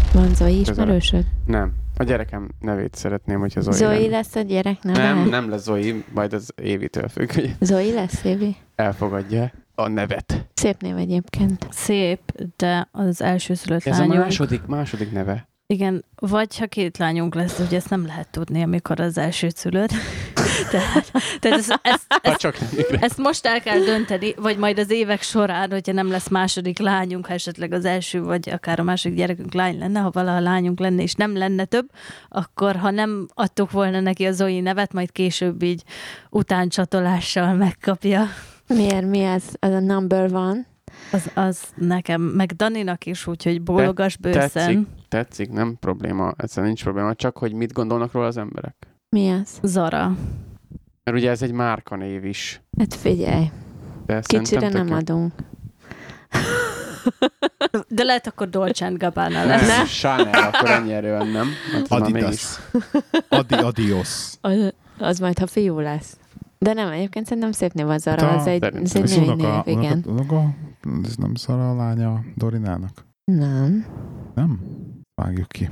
Van Zoe ismerősöd? Nem. A gyerekem nevét szeretném, hogyha Zoe Zoe lesz a gyerek neve? Nem lesz Zoe, majd az Évitől függ, hogy Zoe lesz, Évi? elfogadja a nevet. Szép név egyébként. Szép, de az elsőszülött Ez lányunk... a második neve. Igen, vagy ha 2 lányunk lesz, ugye ezt nem lehet tudni, amikor az elsőt szülőd. tehát ezt most el kell dönteni, vagy majd az évek során, hogyha nem lesz második lányunk, ha esetleg az első, vagy akár a második gyerekünk lány lenne, ha valaha lányunk lenne, és nem lenne több, akkor ha nem adtuk volna neki a Zoe nevet, majd később így utáncsatolással megkapja. Miért? Mi ez? Az a number one? Az nekem, meg Daninak is, úgyhogy bólogas bőszen. Tetszik, nem probléma, egyszerűen nincs probléma, csak hogy mit gondolnak róla az emberek. Mi ez? Zara. Mert ugye ez egy márkanév is. Hát figyelj, De kicsire nem adunk. De lehet akkor Dolce & Gabbana lesz. Nem, Chanel, akkor ennyi erően nem. Adidas. Adios. Az majd, ha fiú lesz. De nem, egyébként szerintem szép név az Zara, ez egy női név, igen. Ez nem Zara a lánya Dorinának? Nem. Nem? Vágjuk ki.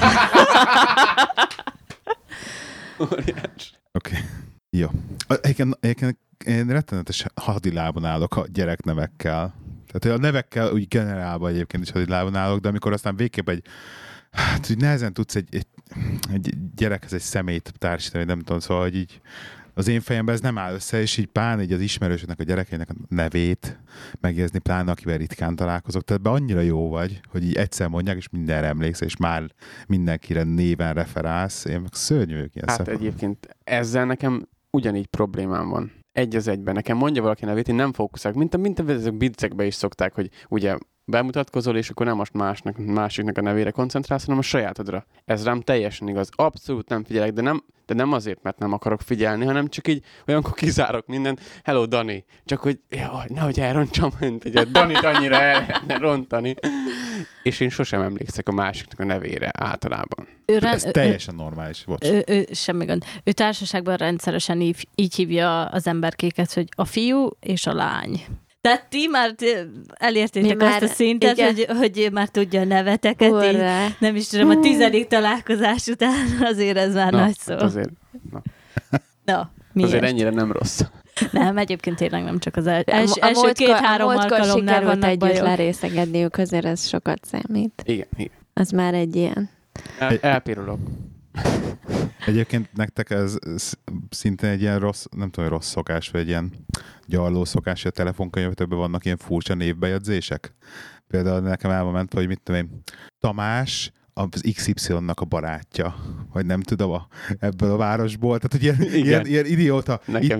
Óriás. Oké. Jó. Egyébként én rettenetes hadilában állok a gyereknevekkel. Tehát a nevekkel úgy generálban egyébként is hadilában állok, de amikor aztán végképp úgy nehezen tudsz egy gyerekhez egy személyt társítani, nem tudom, szóval, hogy így az én fejemben ez nem áll össze, és így pláne így az ismerősöknek, a gyerekeinek a nevét megjegyezni, pláne akivel ritkán találkozok. Tehát be annyira jó vagy, hogy így egyszer mondják, és mindenre emlékszel, és már mindenkire néven referálsz. Én meg szörnyű vagyok ilyen Hát egyébként ezzel nekem ugyanígy problémám van. Egy az egyben. Nekem mondja valaki nevét, én nem fókuszálok. Mint ezek viccekben is szokták, hogy ugye bemutatkozol, és akkor nem most másiknak a nevére koncentrálsz, hanem a sajátodra. Ez rám teljesen igaz. Abszolút nem figyelek, de nem azért, mert nem akarok figyelni, hanem csak így olyankor kizárok mindent. Hello, Dani. Csak hogy nehogy elrontsam, hogy a Danit annyira el lehetne rontani. És én sosem emlékszek a másiknak a nevére általában. Ez teljesen normális. Semmi gond. Ő társaságban rendszeresen így hívja az emberkéket, hogy a fiú és a lány. Tehát ti már elértétek azt a szintet, hogy már tudja a neveteket. Nem is tudom, a 10. találkozás után azért ez már nagy szó. Azért, azért ennyire nem rossz. Nem, egyébként tényleg nem csak az első 2-3 alkalomnál vannak együtt bajok. lerészegedniük, azért ez sokat számít. Igen. Az már egy ilyen. Elpirulok. Egyébként nektek ez szintén egy ilyen rossz, nem tudom, rossz szokás, vagy egy ilyen gyarló szokás, hogy a telefonkönyvetekben vannak ilyen furcsa névbejegyzések. Például nekem elment, hogy mit tudom én, Tamás, az XY-nak a barátja, vagy nem tudom, ebből a városból. Tehát, hogy ilyen idióta,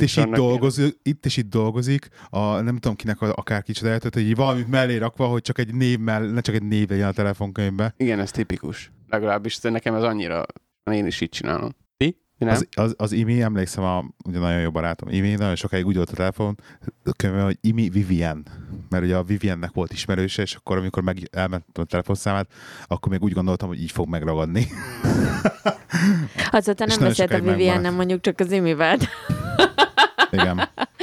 itt is itt dolgozik, nem tudom kinek akár kicsit eltört, hogy valamit mellé rakva, hogy csak egy név ne csak egy név legyen a telefonkönyvben. Igen, ez tipikus. Legalábbis nekem ez annyira, én is így csinálom. Az Imi, emlékszem, ugye nagyon jó barátom, Imi, nagyon sokáig úgy volt a telefon könyvben, hogy Imi Vivian, mert ugye a Viviannek volt ismerőse, és akkor, amikor elmentem a telefonszámát, akkor még úgy gondoltam, hogy így fog megragadni. Azóta nem beszélt a Vivian, nem mondjuk csak az Imivel. Igen.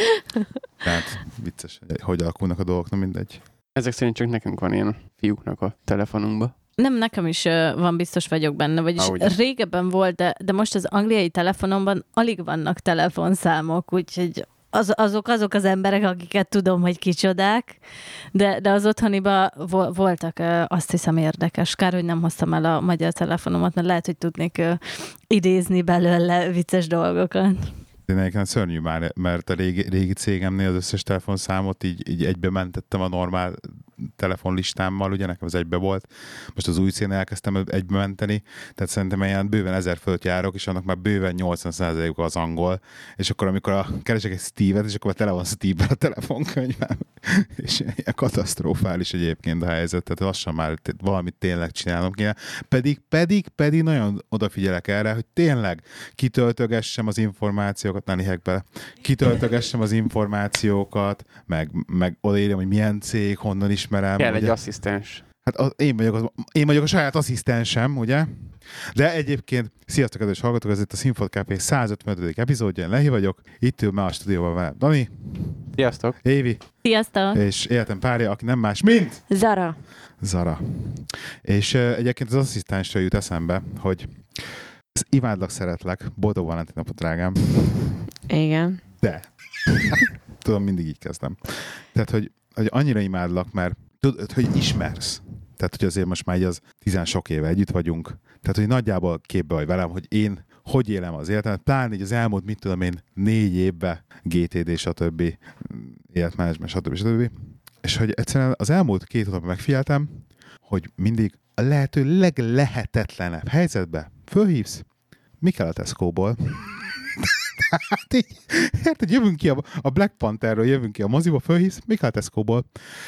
Tehát vicces, hogy alakulnak a dolgok, nem mindegy. Ezek szerint csak nekünk van ilyen fiúknak a telefonunkban. Nem, nekem is van, biztos vagyok benne, vagyis régebben volt, de most az angliai telefonomban alig vannak telefonszámok, úgyhogy azok az emberek, akiket tudom, hogy kicsodák, de az otthoniban voltak, azt hiszem érdekes. Kár, hogy nem hoztam el a magyar telefonomat, mert lehet, hogy tudnék idézni belőle vicces dolgokat. Én egyébként szörnyű már, mert a régi cégemnél az összes telefonszámot így egybe mentettem a normál telefonlistámmal, ugye nekem az egybe volt. Most az új cégen elkezdtem egybe menteni, tehát szerintem ilyen bőven 1000 fölött járok, és annak már bőven 80%-a az angol, és akkor amikor keresek egy Steve-et, és akkor tele van Steve-vel a telefonkönyvem, és ilyen katasztrofális egyébként a helyzet, tehát lassan már valamit tényleg csinálnom kéne. Pedig nagyon odafigyelek erre, hogy tényleg kitöltögessem az információkat, ne lihek bele, kitöltögessem az információkat, meg odaírjam, hogy milyen cég, honnan ismerem. Kell egy asszisztens. Hát én vagyok a saját asszisztensem, ugye? De egyébként, sziasztok, kedves hallgatók, ez itt a Színfolt Café 155. epizódja, én Lehi vagyok, itt ül már a stúdióban velem Dani. Sziasztok! Évi. Sziasztok! És életem párja, aki nem más, mint... Zara. És egyébként az asszisztensről jut eszembe, hogy imádlak, szeretlek, boldog Valentin napot, drágám. Igen. De. Tudom, mindig így kezdem. Tehát, hogy annyira imádlak, mert tudod, hogy ismersz. Tehát, hogy azért most már így az 10 sok éve együtt vagyunk. Tehát, hogy nagyjából képbe vagy velem, hogy én hogy élem az életemet, pláne így az elmúlt, mit tudom én, 4 évben GTD, stb. Életmenedzsment, stb. És hogy egyszerűen az elmúlt 2 hónapban megfigyeltem, hogy mindig a lehető leglehetetlenebb helyzetbe fölhívsz, mi kell a Tesco-ból? Hát így, érted, jövünk ki a Black Pantherről, jövünk ki a moziba, fölhívsz, mi kell a Tesco-ból?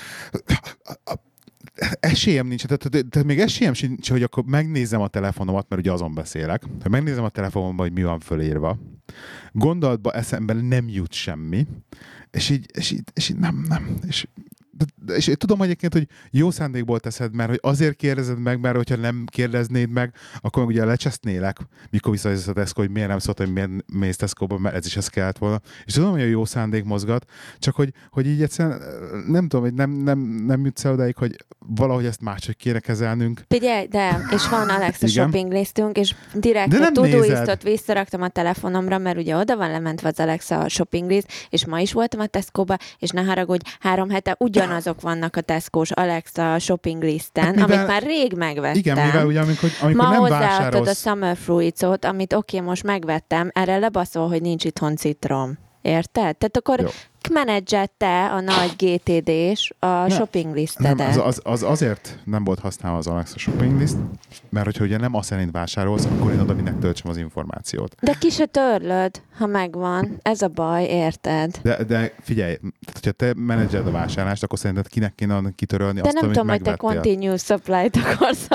Esélyem nincs, tehát még esélyem sincs, hogy akkor megnézem a telefonomat, mert ugye azon beszélek, hogy megnézem a telefonomban, hogy mi van fölírva. Gondolatba eszembe nem jut semmi, és így nem. És én tudom egyébként, hogy jó szándékból teszed, mert hogy azért kérdezed meg, mert hogyha nem kérdeznéd meg, akkor meg ugye lecsesznélek, mikor visszajössz a Tesco, hogy miért nem szólt, hogy miért mész Tesco-ba, mert ez is ez kellett volna. És tudom, hogy a jó szándék mozgat, csak hogy így egyszerűen nem tudom, hogy nem jutsz el odáig, hogy valahogy ezt máshogy kéne kezelnünk. Figyelj, de, és van Alexa shopping listünk, és direkt a Todoistot visszaraktam a telefonomra, mert ugye oda van lementve az Alexa shopping list, és ma is voltam a Tesco-ba, és ne haragudj, 3 hete ugyanazok vannak a Tesco-s Alexa shopping listen, hát amit már rég megvettem. Igen, mivel ugye amikor ma nem hozzáadtad a Summer Fruits-ot, amit most megvettem, erre lebaszol, hogy nincs itthon citrom. Érted? Tehát akkor menedzsed te a nagy GTD-s a shopping listedet. Az azért nem volt használva az Alexa shopping list, mert hogyha ugye nem azt szerint vásárolsz, akkor én oda mindnek töltsem az információt. De ki se törlöd, ha megvan. Ez a baj, érted? De figyelj, tehát, hogyha te menedzseled a vásárlást, akkor szerinted kinek kéne kitörölni azt, amit megvettél? De nem tudom, hogy te continuous supply-t akarsz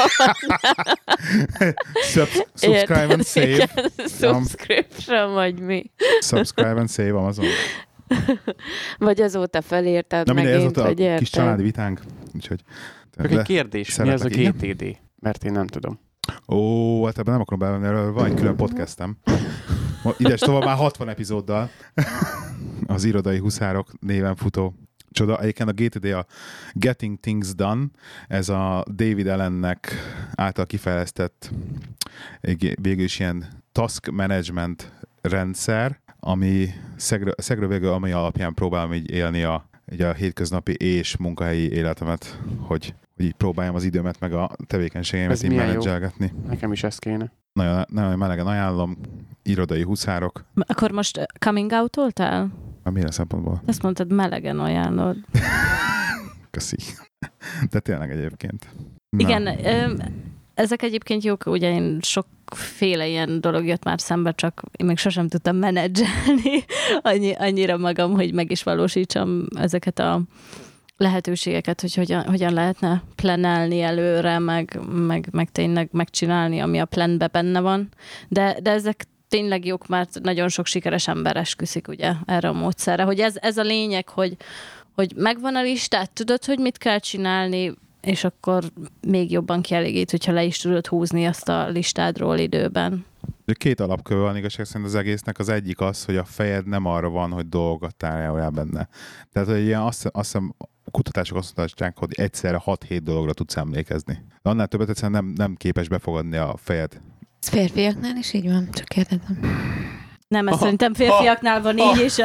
Subscribe and save. Igen, subscription vagy mi? Subscribe and save Amazon. Vagy azóta felírtad megint, hogy érted. Kis családi vitánk. Úgyhogy, egy kérdés, mi az a GTD? Mert én nem tudom. Ó, hát ebben nem akarom bevenni, erről van egy külön podcastem. Ides tovább már 60 epizóddal. Az Irodai Huszárok néven futó csoda. Egyébként a GTD a Getting Things Done, ez a David Allennek által kifejlesztett végül is ilyen task management rendszer, ami szegről végül, ami alapján próbálom így élni a hétköznapi és munkahelyi életemet, hogy így próbáljam az időmet meg a tevékenységeimet így menedzselgetni. Nekem is ezt kéne. Nagyon melegen ajánlom, Irodai Huszárok. Akkor most coming out-oltál? Milyen szempontból? Ezt mondtad, melegen ajánlod. Köszi. De tényleg egyébként. Igen, ezek egyébként jók, ugye én sokféle ilyen dolog jött már szembe, csak én még sosem tudtam menedzselni annyira magam, hogy meg is valósítsam ezeket a lehetőségeket, hogy hogyan lehetne planálni előre, meg tényleg megcsinálni, ami a planbe benne van. De ezek tényleg jók, mert nagyon sok sikeres ember esküszik ugye erre a módszerre, hogy ez a lényeg, hogy megvan a listát, tudod, hogy mit kell csinálni, és akkor még jobban kielégít, hogyha le is tudod húzni azt a listádról időben. 2 alapköve van igazság szerint az egésznek. Az egyik az, hogy a fejed nem arra van, hogy dolgokat tároljál benne. Tehát, hogy ilyen azt hiszem, kutatások azt mutatják, hogy egyszerre 6-7 dologra tudsz emlékezni. De annál többet egyszerűen nem képes befogadni a fejed. Ez férfiaknál is így van, csak kérdezem. Nem, ez szerintem férfiaknál van így, és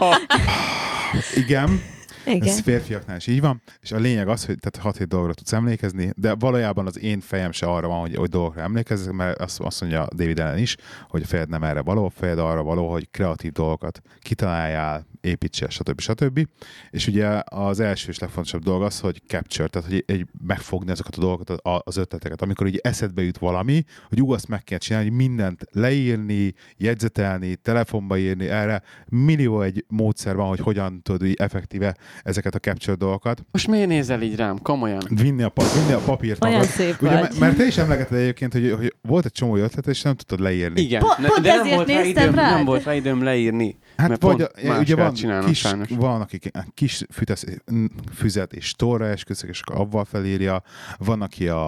Igen. Igen. Ez férfiaknál is így van, és a lényeg az, hogy tehát 6-7 dologra tudsz emlékezni, de valójában az én fejem se arra van, hogy dolgokra emlékezzek, mert azt mondja David Allen is, hogy a fejed nem erre való, a fejed arra való, hogy kreatív dolgokat kitaláljál, építsél, stb. És ugye az első és legfontosabb dolog az, hogy capture, tehát hogy megfogni azokat a dolgokat, az ötleteket. Amikor ugye eszedbe jut valami, hogy azt meg kell csinálni, mindent leírni, jegyzetelni, telefonba írni, erre millió egy módszer van, hogy hogyan tudod így effektíve ezeket a capture dolgokat. Most miért nézel így rám? Komolyan? Vinni a papírt. Olyan szép ugye, vagy. mert te is emlegeted egyébként, hogy volt egy csomó ötlet, és nem tudtad leírni. Igen. Pont de ezért néztem rá. Nem volt rá időm leírni. Hát vagy ugye van aki kis füzet és torra esküszik, és akkor avval felírja, van, aki a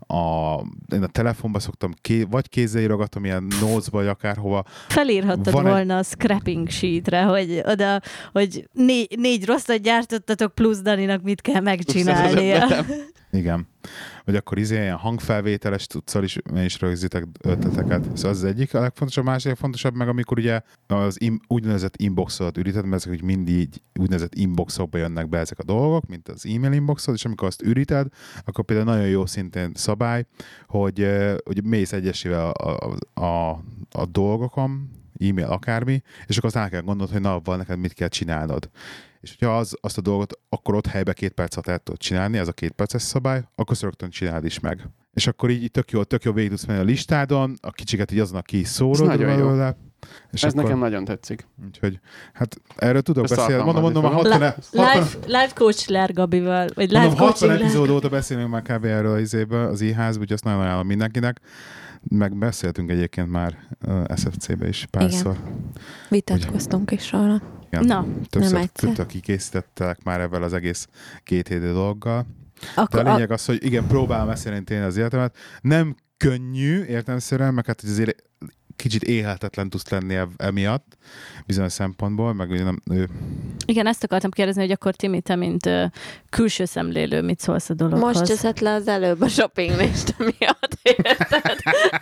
én a telefonba szoktam, vagy kézzel írogatom, ilyen notes-ba, vagy akárhova. Felírhattad volna a scrapping sheetre, hogy oda, hogy 4 rosszat gyártottatok, plusz Daninak mit kell megcsinálnia. Igen. Vagy akkor ilyen hangfelvételes tuccal is rögzítek ötleteket. Szóval az egyik a legfontosabb, másik fontosabb meg, amikor ugye az úgynevezett inboxodat üríted, mert ezek úgy mindig úgynevezett inboxokba jönnek be ezek a dolgok, mint az e-mail inboxod, és amikor azt üríted, akkor például nagyon jó szintén szabály, hogy mész egyesével a dolgokon, e-mail akármi, és akkor azt el kell gondolnod, hogy na, neked mit kell csinálnod. És hogyha azt a dolgot akkor ott helyben 2 perc alatt el tudod csinálni, ez a 2 perces szabály, akkor rögtön csináld is meg. És akkor így tök jó végig tudsz menni a listádon, a kicsiket így azon, aki szórod. Ez nagyon jó. És ez nekem nagyon tetszik. Úgyhogy, hát erről tudok beszélni. Mondom, a Life Coach Ler Gabival, vagy Life Coaching 60 epizód óta beszélünk már kb. Erről az i-ház, úgyhogy azt nagyon ajánlom mindenkinek. Megbeszéltünk egyébként már SFC-be is párszor. Vitatkoztunk is róla. Na, többször kikészítettek már ebben az egész 2 hét dologgal. De a lényeg az, hogy igen, próbálom mesélni tényleg az életemet. Nem könnyű értelemszerűen, meg hát azért kicsit élhetetlen tudsz lenni emiatt bizonyos szempontból, meg ugye nem... Igen, ezt akartam kérdezni, hogy akkor Timi, te mint külső szemlélő, mit szólsz a dologhoz? Most teszed le az előbb a shopping list miatt, érted?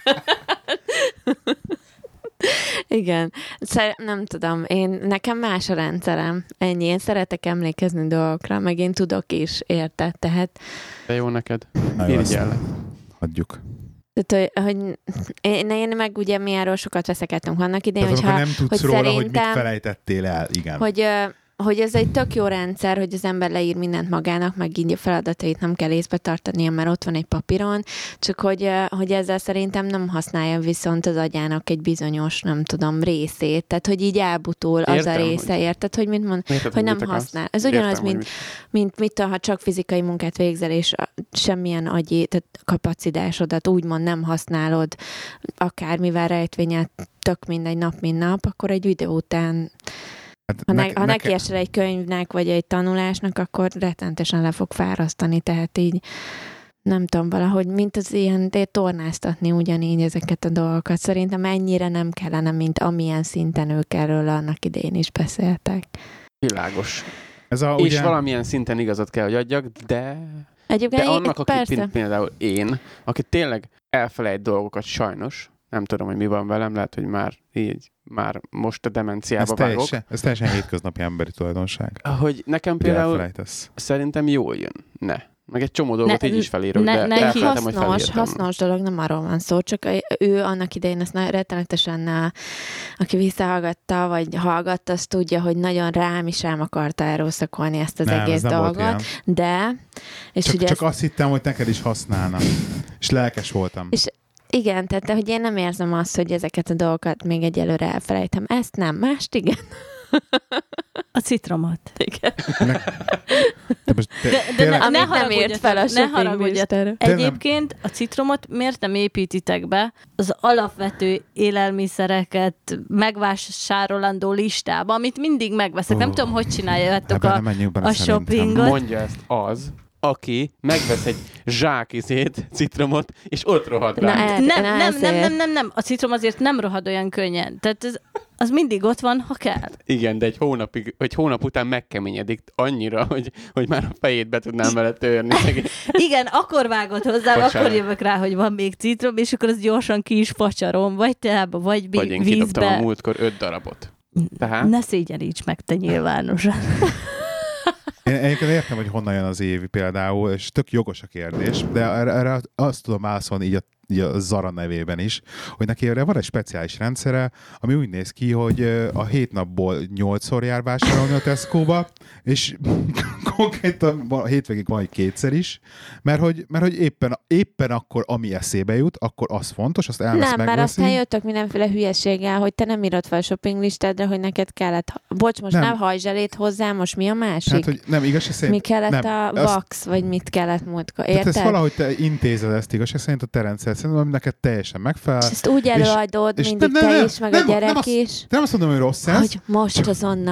Igen. Nem tudom, nekem más a rendszerem. Ennyi. Én szeretek emlékezni dolgokra, meg én tudok is, érted? Tehát... De jó neked. Irigyellek. Hagyjuk. Tehát, hogy én meg ugye mi erről sokat veszekedtünk annak idején, hogyha nem tudsz róla, hogy mit felejtettél el, igen. Hogy ez egy tök jó rendszer, hogy az ember leír mindent magának, meg így a feladatait nem kell észbe tartania, mert ott van egy papíron, csak hogy ezzel szerintem nem használja viszont az agyának egy bizonyos, nem tudom, részét. Tehát, hogy így elbutul az a része, érted? Hogy mit mond, hogy nem használ. Ez ugyanaz, mint ha csak fizikai munkát végzel, és semmilyen agyi kapacitásodat úgymond nem használod, akármivel rejtvényelt, tök mindegy nap, mint nap, akkor egy idő után ha nekiesel egy könyvnek, vagy egy tanulásnak, akkor rettentesen le fog fárasztani, tehát így nem tudom, valahogy, mint az ilyen tornáztatni ugyanígy ezeket a dolgokat. Szerintem ennyire nem kellene, mint amilyen szinten ők erről annak idején is beszéltek. Világos. És valamilyen szinten igazat kell, hogy adjak, de annak, aki például én, aki tényleg elfelejt dolgokat sajnos, nem tudom, hogy mi van velem, lehet, hogy már most a demenciába vágok. Ez teljesen hétköznapi emberi tulajdonság. Hogy nekem például szerintem jól jön. Meg egy csomó dolgot így is felírok, de elfelejtem, hogy felírtam. Hasznos dolog, nem arról van szó, csak ő annak idején ezt rettenetesen, aki visszahallgatta, vagy hallgatta, azt tudja, hogy nagyon rám akarta erőszakolni ezt az egész dolgot. De... És csak azt hittem, hogy neked is használna. És lelkes voltam. És igen, tehát hogy én nem érzem azt, hogy ezeket a dolgokat még egyelőre elfelejtem. Ezt nem, mást igen. A citromot. Igen. Ne haragudjatok. Egyébként a citromot miért nem építitek be az alapvető élelmiszereket megvásárolandó listába, amit mindig megveszek. Nem tudom, hogy csináljátok a shoppingot. Mondja ezt az, aki megvesz egy zsákizét, citromot, és ott rohad rá. Nem. A citrom azért nem rohad olyan könnyen. Tehát az mindig ott van, ha kell. Igen, de egy hónap után megkeményedik annyira, hogy már a fejét be tudnám vele törni. Igen, akkor vágod hozzá, akkor jövök rá, hogy van még citrom, és akkor az gyorsan ki is facsarom, vagy teába, vagy vízbe. Vagy én kidobtam a múltkor 5 darabot. Tehát... Ne szégyeníts meg, te nyilvánosan. Én egyébként értem, hogy honnan jön az Évi például, és tök jogos a kérdés, de erre azt tudom válaszolni így a Zara nevében is, hogy neki erre van egy speciális rendszere, ami úgy néz ki, hogy a 7 napból 8-szor jár vásárolni a Tesco-ba, és konkrétan a hétvégig van kétszer is, mert hogy éppen akkor, ami eszébe jut, akkor az fontos, azt elmesz megveszi. Nem, mert aztán jöttök mindenféle hülyeséggel, hogy te nem írod fel a shopping listádra, hogy neked kellett, bocs, most nem hajzselét hozzá, most mi a másik? Hát, hogy nem, igazság szerint... Mi kellett a wax, vagy mit kellett múltkor, érted? Tehát ezt valahogy te intézed ezt, igazság szerint a te rendszer szerint, ami neked teljesen megfelel. És ezt úgy előadod, mindig te is, meg a gyerek is. Nem azt mondom, hogy rossz ez. Hogy most azonnal.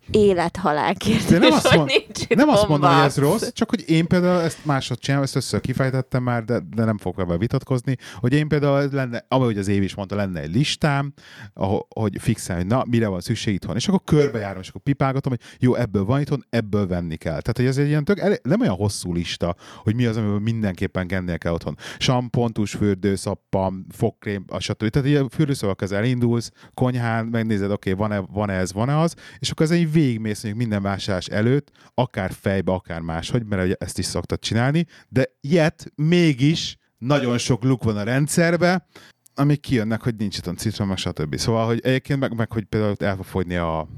élethalál kérdés, nem azt mondom, hogy ez rossz, csak hogy én például ezt másod csinálom, ezt össze kifejtettem már, de nem fogok vele vitatkozni, hogy én például lenne, ahogy az Év is mondta, lenne egy listám, hogy fixen, hogy na, mire van szükség itthon, és akkor körbejárom, és akkor pipálgatom, hogy jó, ebből van itthon, ebből venni kell. Tehát, hogy ez egy ilyen nem olyan hosszú lista, hogy mi az, amiből mindenképpen kennél kell otthon. Sampon, tusfürdő, szappan, fogkrém, stb. Tehát ilyen fürdőszobakhoz elindulsz, konyhán, megnézed, oké, van-e ez, van-e az, és akkor ez egy végigmész minden vásárlás előtt, akár fejbe, akár máshogy, mert ezt is szoktad csinálni, de mégis nagyon sok luk van a rendszerbe, amik kijönnek, hogy nincs itt citrom, meg stb. Szóval, hogy egyébként meg hogy például el fog fogyni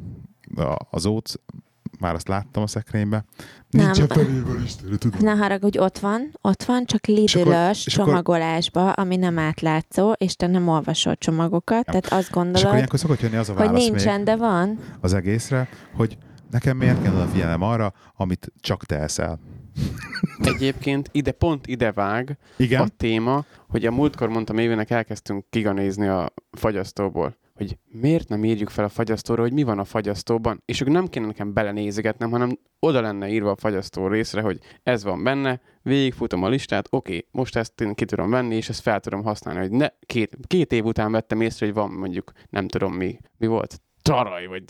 az óc, már azt láttam a szekrénybe. Nincs a feléből is, tudom. Ne haragudj, ott van, csak Lidl-ös csomagolásba, ami nem átlátszó, és te nem olvasol csomagokat, tehát azt gondolod, és akkor ilyenkor szokott jönni az a válasz, hogy nincsen, még de van. Az egészre, hogy nekem miért kell figyelnem arra, amit csak te eszel. Egyébként ide vág a téma, hogy a múltkor mondtam Évének, elkezdtünk kiganézni a fagyasztóból, hogy miért nem írjuk fel a fagyasztóra, hogy mi van a fagyasztóban, és akkor nem kéne nekem belenézegetnem, hanem oda lenne írva a fagyasztó részre, hogy ez van benne, végigfutom a listát, oké, most ezt én ki tudom venni, és ezt fel tudom használni, hogy ne, két év után vettem észre, hogy van mondjuk, nem tudom mi volt, taraj, vagy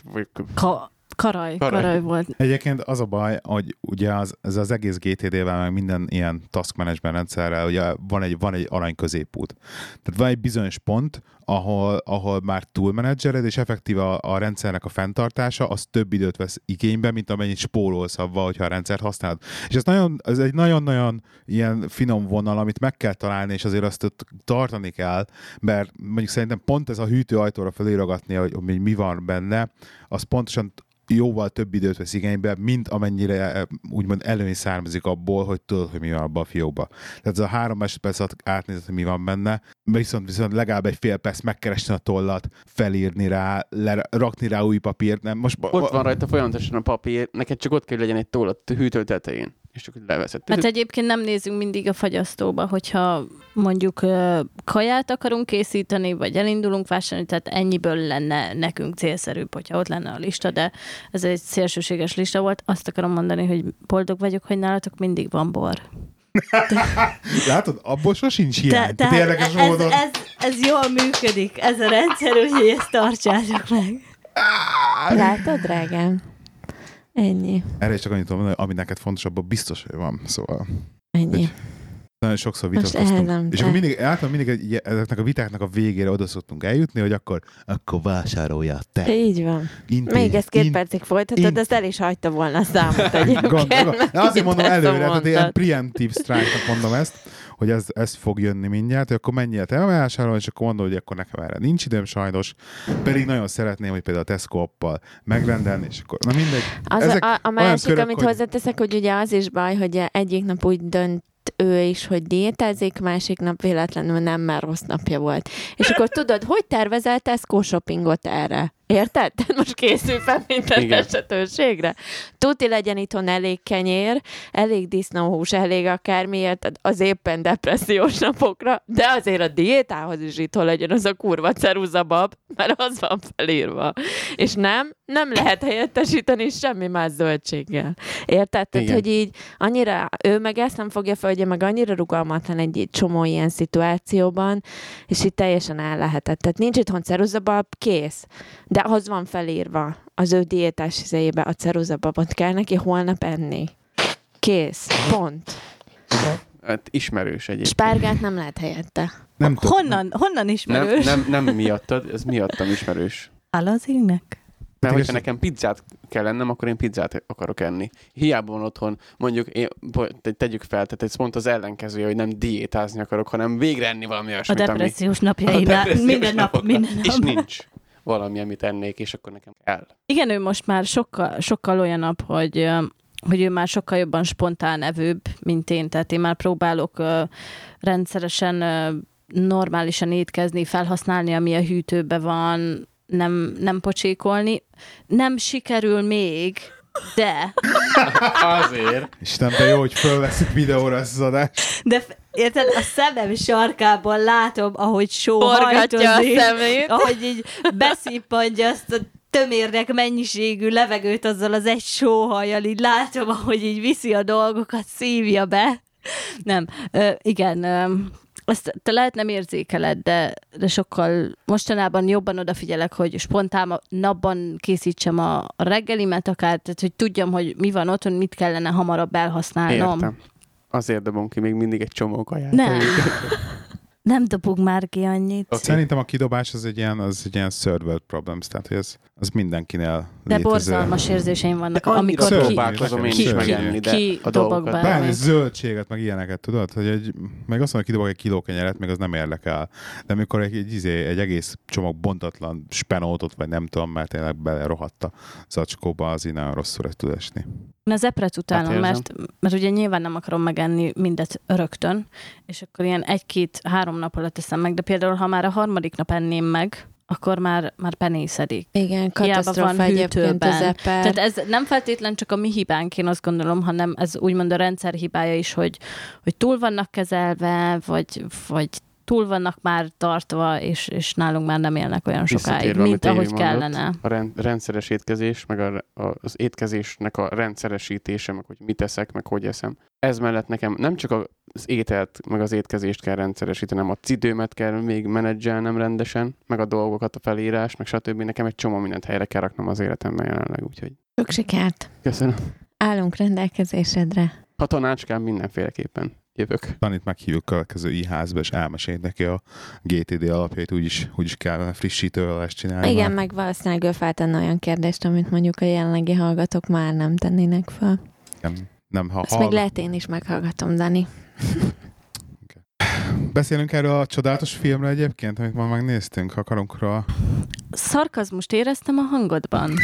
Karaj volt. Egyébként az a baj, hogy ugye ez az egész GTD-vel, meg minden ilyen task management rendszerrel, ugye van egy arany középút. Tehát van egy bizonyos pont, ahol már túlmenedzsered, és effektíve a rendszernek a fenntartása, az több időt vesz igénybe, mint amennyit spórolsz avval, hogyha a rendszert használod. És ez egy nagyon-nagyon ilyen finom vonal, amit meg kell találni, és azért azt tartani kell, mert mondjuk szerintem pont ez a hűtőajtóra felírogatni, hogy mi van benne, az pontosan jóval több időt vesz igénybe, mint amennyire úgymond előny származik abból, hogy tudod, hogy mi van abban a fiókban. Tehát ez a 3 másodperc alatt átnézed, hogy mi van benne, viszont legalább egy fél perc megkeresni a tollat, felírni rá, rakni rá új papírt. Nem, most ott van rajta folyamatosan a papír, neked csak ott kell, hogy legyen egy toll a hűtő tetején. És csak leveszed. Hát egyébként nem nézünk mindig a fagyasztóba, hogyha mondjuk kaját akarunk készíteni, vagy elindulunk vásárolni, tehát ennyiből lenne nekünk célszerűbb, hogyha ott lenne a lista, de ez egy szélsőséges lista volt. Azt akarom mondani, hogy boldog vagyok, hogy nálatok mindig van bor. Látod, abból sosincs hiány. Érdekes módon. Ez jól működik, ez a rendszer, úgyhogy ezt tartsátok meg. Látod, drágám? Ennyi. Erre is csak annyit tudom, ami neked fontos, abban biztos, hogy van. Szóval... Ennyi. Nagyon sokszor vitatkoztunk. És akkor mindig ezeknek a vitáknak a végére oda szoktunk eljutni, hogy akkor vásároljál te. Így van. Még ezt 2 percig folytatod, de ezt el is hagyta volna a számot egyébként. Azért mondom előre, tehát ilyen preemptive strike-nak mondom ezt, hogy ez fog jönni mindjárt, hogy akkor menjél te vásárolni, és akkor mondod, hogy akkor nekem erre nincs időm sajnos, pedig nagyon szeretném, hogy például a Tesco appal megrendelni, és akkor na mindegy. A másik, amit hozzáteszek, hogy ugye az is baj, hogy egyik nap úgy dönt ő is, hogy diétázik, másik nap véletlenül nem, mert rossz napja volt. És akkor tudod, hogy tervezel Tesco shoppingot erre? Érted? Tehát most készül fel minden esetőségre. Tuti legyen itthon elég kenyér, elég disznóhús, elég akármiért, az éppen depressziós napokra, de azért a diétához is itthon legyen az a kurva ceruzabab, mert az van felírva. És nem lehet helyettesíteni semmi más zöldséggel. Érted? Tehát, hogy így annyira, ő meg ezt nem fogja fel, hogy meg annyira rugalmatlan egy csomó ilyen szituációban, és itt teljesen ellehetett. Tehát nincs itthon ceruzabab, kész. De ahhoz van felírva az ő diétás izéjébe a ceruzababot kell neki holnap enni. Kész. Pont. Hát ismerős egyébként. Spárgát nem lehet helyette. Nem honnan ismerős? Nem miattad, ez miattam ismerős. Alazingnek? Mert hogyha nekem pizzát kell ennem, akkor én pizzát akarok enni. Hiába van otthon, mondjuk, tegyük fel, tehát ez pont az ellenkezője, hogy nem diétázni akarok, hanem végre enni valami olyasmit. A depressziós napjainál. Minden nap. És nincs valami, amit ennék, és akkor nekem kell. Igen, ő most már sokkal olyanabb, hogy ő már sokkal jobban spontán evőbb, mint én. Tehát én már próbálok rendszeresen normálisan étkezni, felhasználni, ami a hűtőben van, nem pocsékolni. Nem sikerül még, de... Azért. Isten, de jó, hogy fölveszünk videóra ezt az adást. De érted, a szemem sarkában látom, ahogy sóhajtozik, ahogy így beszippantja azt a tömérnek mennyiségű levegőt azzal az egy sóhajjal, így látom, ahogy így viszi a dolgokat, szívja be. Nem, igen, azt te lehet nem érzékeled, de sokkal mostanában jobban odafigyelek, hogy spontán napban készítsem a reggelimet akár, tehát hogy tudjam, hogy mi van otthon, mit kellene hamarabb elhasználnom. Értem. Azért dobom ki még mindig egy csomó kaját. Nem dobunk már ki annyit. Okay. Szerintem a kidobás az egy ilyen third world problems, tehát hogy az mindenkinél de borzalmas érzéseim vannak, amikor próbálkozom én is megenni, de a dolgokat. Bármi zöldséget, meg ilyeneket, tudod? Hogy meg azt mondom, hogy kidobok egy kiló kenyeret, meg az nem érdekel. De amikor egy egész csomag bontatlan spenótot, vagy nem tudom, mert tényleg belerohadt a zacskóba, az így nagyon rosszul tud esni. Én az epret utálom, mert ugye nyilván nem akarom megenni mindet rögtön, és akkor ilyen 1-2-3 nap alatt eszem meg, de például ha már a harmadik nap enném meg, akkor már penészedik. Igen, katasztrófa egyébként az eper. Tehát ez nem feltétlen csak a mi hibánk, én azt gondolom, hanem ez úgymond a rendszer hibája is, hogy túl vannak kezelve, vagy túl vannak már tartva, és nálunk már nem élnek olyan sokáig, mint ahogy kellene. A rendszeres étkezés, meg az étkezésnek a rendszeresítése, meg hogy mit eszek, meg hogy eszem. Ez mellett nekem nem csak az ételt, meg az étkezést kell rendszeresítenem, a időmet kell még menedzselnem rendesen, meg a dolgokat, a felírás, meg stb. Nekem egy csomó mindent helyre kell raknom az életemben jelenleg, úgyhogy... Sok sikert! Köszönöm! Állunk rendelkezésedre. Ha tanácskám mindenféleképpen. Jövök. Tanít meghívjuk következő i-házba, és elmeséljük neki a GTD alapjait, úgyis kellene frissítővel ezt csinálni. Igen, meg valószínűleg ő feltenne olyan kérdést, amit mondjuk a jelenlegi hallgatók már nem tennének fel. Nem, ezt még lehet én is meghallgatom, Dani. Okay. Beszélünk erről a csodálatos filmről egyébként, amit ma megnéztünk, akarunk rá. Szarkazmust éreztem a hangodban.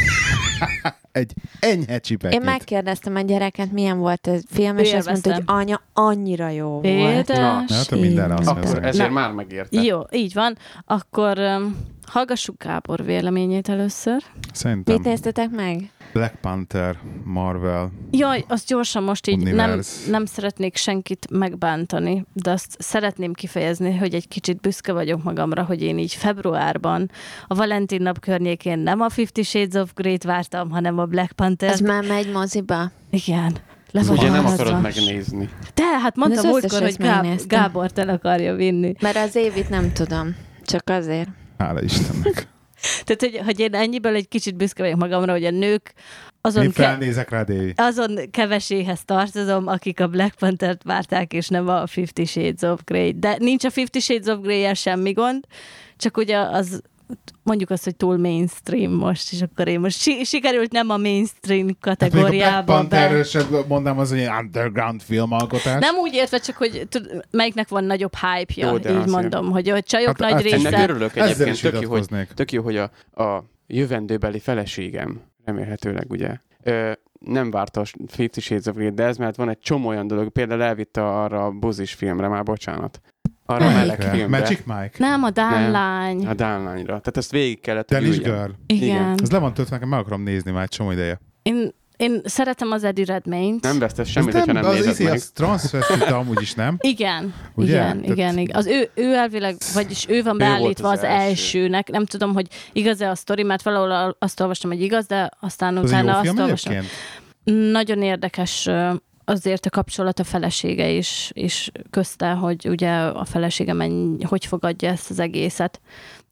Egy enyhe csipekét. Én megkérdeztem a gyereket, milyen volt a film, és azt mondta, hogy anya, annyira jó volt. Na, mindenre azt akkor ezért már megérte. Jó, így van. Akkor hallgassuk Gábor véleményét először. Szerintem. Mit néztetek meg? Black Panther, Marvel. Jaj, azt gyorsan most így nem szeretnék senkit megbántani, de azt szeretném kifejezni, hogy egy kicsit büszke vagyok magamra, hogy én így februárban a Valentin nap környékén nem a 50 Shades of Grey-t vártam, hanem a Black Panther. Ez már megy moziba? Igen. Ugye nem akarod megnézni. Hát mondtam múltkor, hogy Gábort el akarja vinni. Mert az évit nem tudom. Csak azért. Hála Istennek. Tehát, hogy én ennyiből egy kicsit büszke vagyok magamra, hogy a nők én felnézek rá, Dévi. Azon keveséhez tartozom, akik a Black Panthert várták, és nem a 50 Shades of Grey. De nincs a 50 Shades of Grey-jel semmi gond, csak ugye az mondjuk azt, hogy túl mainstream most, és akkor én most sikerült nem a mainstream kategóriába. Hát Black Pantherről sem mondom, az egy underground filmalkotás. Nem úgy értve, csak hogy melyiknek van nagyobb hype-ja, így mondom, hogy csajok nagy része. Ennek örülök egyébként, tök jó, hogy a jövendőbeli feleségem, remélhetőleg ugye, nem várta a 50 Shades of Grey, de ez mert van egy csomó olyan dolog, például elvitte arra a buzis filmre, már bocsánat. Arra a meleg filmre. Magic Mike? Nem, a Dánlány. A Dánlányra. Tehát ezt végig kellett Danish Girl. Igen. Ez le van töltve, nekem meg akarom nézni már egy csomó ideje. Én szeretem az Eddie Redmayne-t. Nem vesztesz semmit, hogyha nem nézed meg. Az transvestita amúgy is, nem? Igen. Ugye? Igen. Az ő elvileg, vagyis ő van beállítva az elsőnek. Nem tudom, hogy igaz-e a sztori, mert valahol azt olvastam, hogy igaz, de aztán utána azt olvastam. Nagyon érdekes azért a kapcsolat a felesége is közte, hogy ugye a feleségem hogy fogadja ezt az egészet.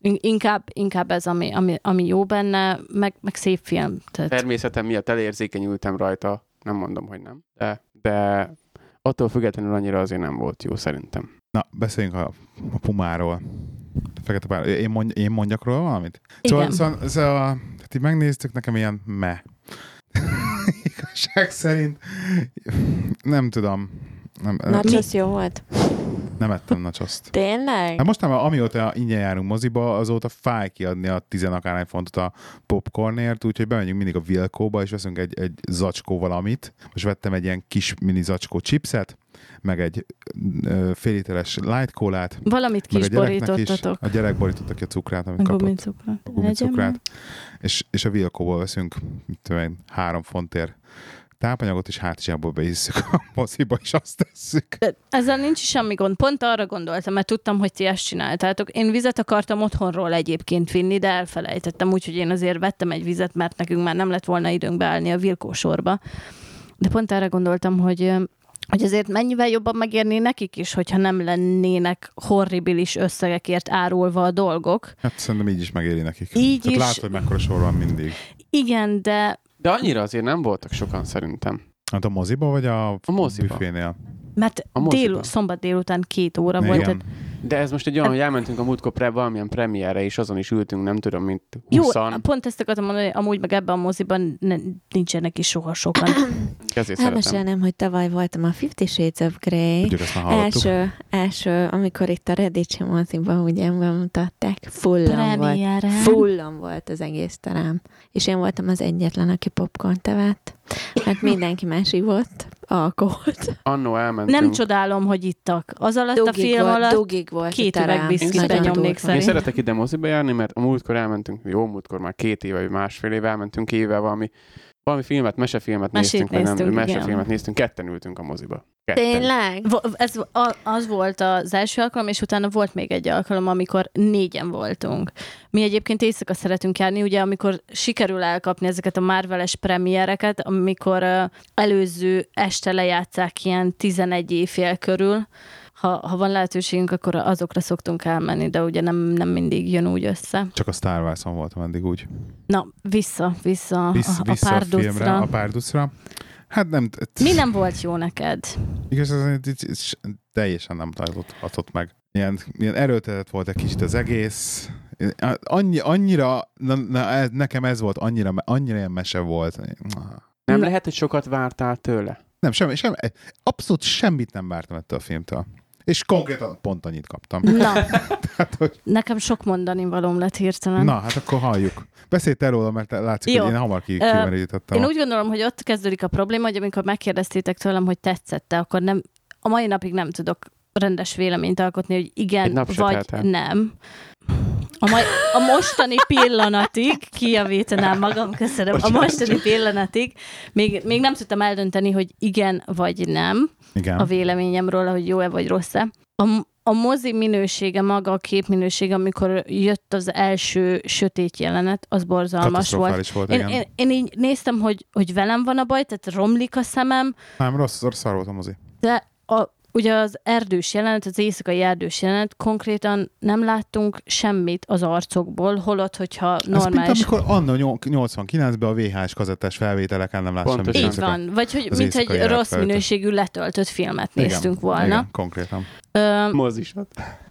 Inkább ez, ami jó benne, meg szép film. Tehát... Természetem miatt elérzékenyültem rajta, nem mondom, hogy nem. De attól függetlenül annyira azért nem volt jó szerintem. Na, beszéljünk a Pumáról. Fekete Pár. Én mondjak róla valamit? Igen. Szóval így megnéztük, nekem ilyen igazság szerint nem tudom. Nachos jó volt? Nem ettem nachoszt. Tényleg? Hát most nem, amióta ingyen járunk moziba, azóta fáj kiadni a 10 akárhány fontot a popcornért, úgyhogy bemegyünk mindig a Wilkóba, és veszünk egy zacskó valamit. Most vettem egy ilyen kis mini zacskó chipset, meg egy fél literes light kólát. Valamit ki is borítottatok. A gyerek borította ki a cukrát, amit kapott. A gumicukrát. És a Wilkóból veszünk 3 fontért tápanyagot is hátizsákból beiszük a moziba, és azt tesszük. De ezzel nincs semmi gond. Pont arra gondoltam, mert tudtam, hogy ti ezt csináltátok. Én vizet akartam otthonról egyébként vinni, de elfelejtettem, úgyhogy én azért vettem egy vizet, mert nekünk már nem lett volna időnk beállni a Vilkó sorba. De pont arra gondoltam, hogy azért mennyivel jobban megérné nekik is, hogyha nem lennének horribilis összegekért árulva a dolgok. Hát szerintem így is megéri nekik. Így tehát is. látod, hogy mekkora sor van mindig. Igen, de annyira azért nem voltak sokan szerintem. Hát a moziba, vagy a büfénél? Mert szombat délután 2 óra volt. Tehát... De ez most egy olyan, hogy elmentünk a múltkor valamilyen premierre, és azon is ültünk, nem tudom, mint 20. Jó, pont ezt akartam mondani, amúgy meg ebben a moziban nincsenek is soha sokan. Elmesélnem, hogy tavaly voltam a 50 Shades of Grey. Első, amikor itt a Redicsi moziban ugye bemutatták, fullam volt az egész terem. És én voltam az egyetlen, aki popcornt evett, mert mindenki más ivott alkoholt. Annó elmentünk. Nem csodálom, hogy ittak. Az alatt a film alatt 2 üveg viszkit benyomnék szerint. Én szeretek ide moziba járni, mert a múltkor elmentünk, múltkor már 2 éve, vagy másfél éve elmentünk éve valami filmet, mesefilmet néztünk, vagy nem, mesefilmet néztünk, ketten ültünk a moziba. Tényleg? Az volt az első alkalom, és utána volt még egy alkalom, amikor 4-en voltunk. Mi egyébként éjszaka szeretünk járni, ugye amikor sikerül elkapni ezeket a Marvel-es premiereket, amikor előző este lejátszák ilyen 11 éjfél körül. Ha van lehetőségünk, akkor azokra szoktunk elmenni, de ugye nem mindig jön úgy össze. Csak a Star Wars-on voltam eddig úgy. Na, vissza a Párducra. A Párducra. Hát nem... Mi nem volt jó neked? Igaz, teljesen nem tartott meg. Ilyen erőltetett volt egy kicsit az egész. Annyira, nekem ez volt, annyira ilyen mese volt. Nem lehet, hogy sokat vártál tőle? Nem, semmi, abszolút semmit nem vártam ettől a filmtől. És konkrétan pont annyit kaptam. Na, nekem sok mondani valóm lett hirtelen. Na, hát akkor halljuk. Beszélj te róla, mert látszik, jó. Hogy én hamar kimerítettem. Én úgy gondolom, hogy ott kezdődik a probléma, hogy amikor megkérdeztétek tőlem, hogy tetszette, akkor a mai napig nem tudok rendes véleményt alkotni, hogy igen, vagy nem. A mostani pillanatig, kijavítanám magam, köszönöm, a mostani pillanatig még nem tudtam eldönteni, hogy igen vagy nem a véleményemről, hogy jó-e vagy rossz-e. A mozi minősége, maga a kép minősége, amikor jött az első sötét jelenet, az borzalmas volt. Én így néztem, hogy velem van a baj, tehát romlik a szemem. Nem, szar volt a mozi. De ugye az erdős jelenet, az éjszakai erdős jelenet, konkrétan nem láttunk semmit az arcokból, holott, hogyha normális... Ez mint amikor anno 89-ben a VHS kazettás felvételeken nem lát semmit. Így van, vagy hogy mint egy rossz minőségű letöltött filmet néztünk volna. Igen, konkrétan. Mozisat.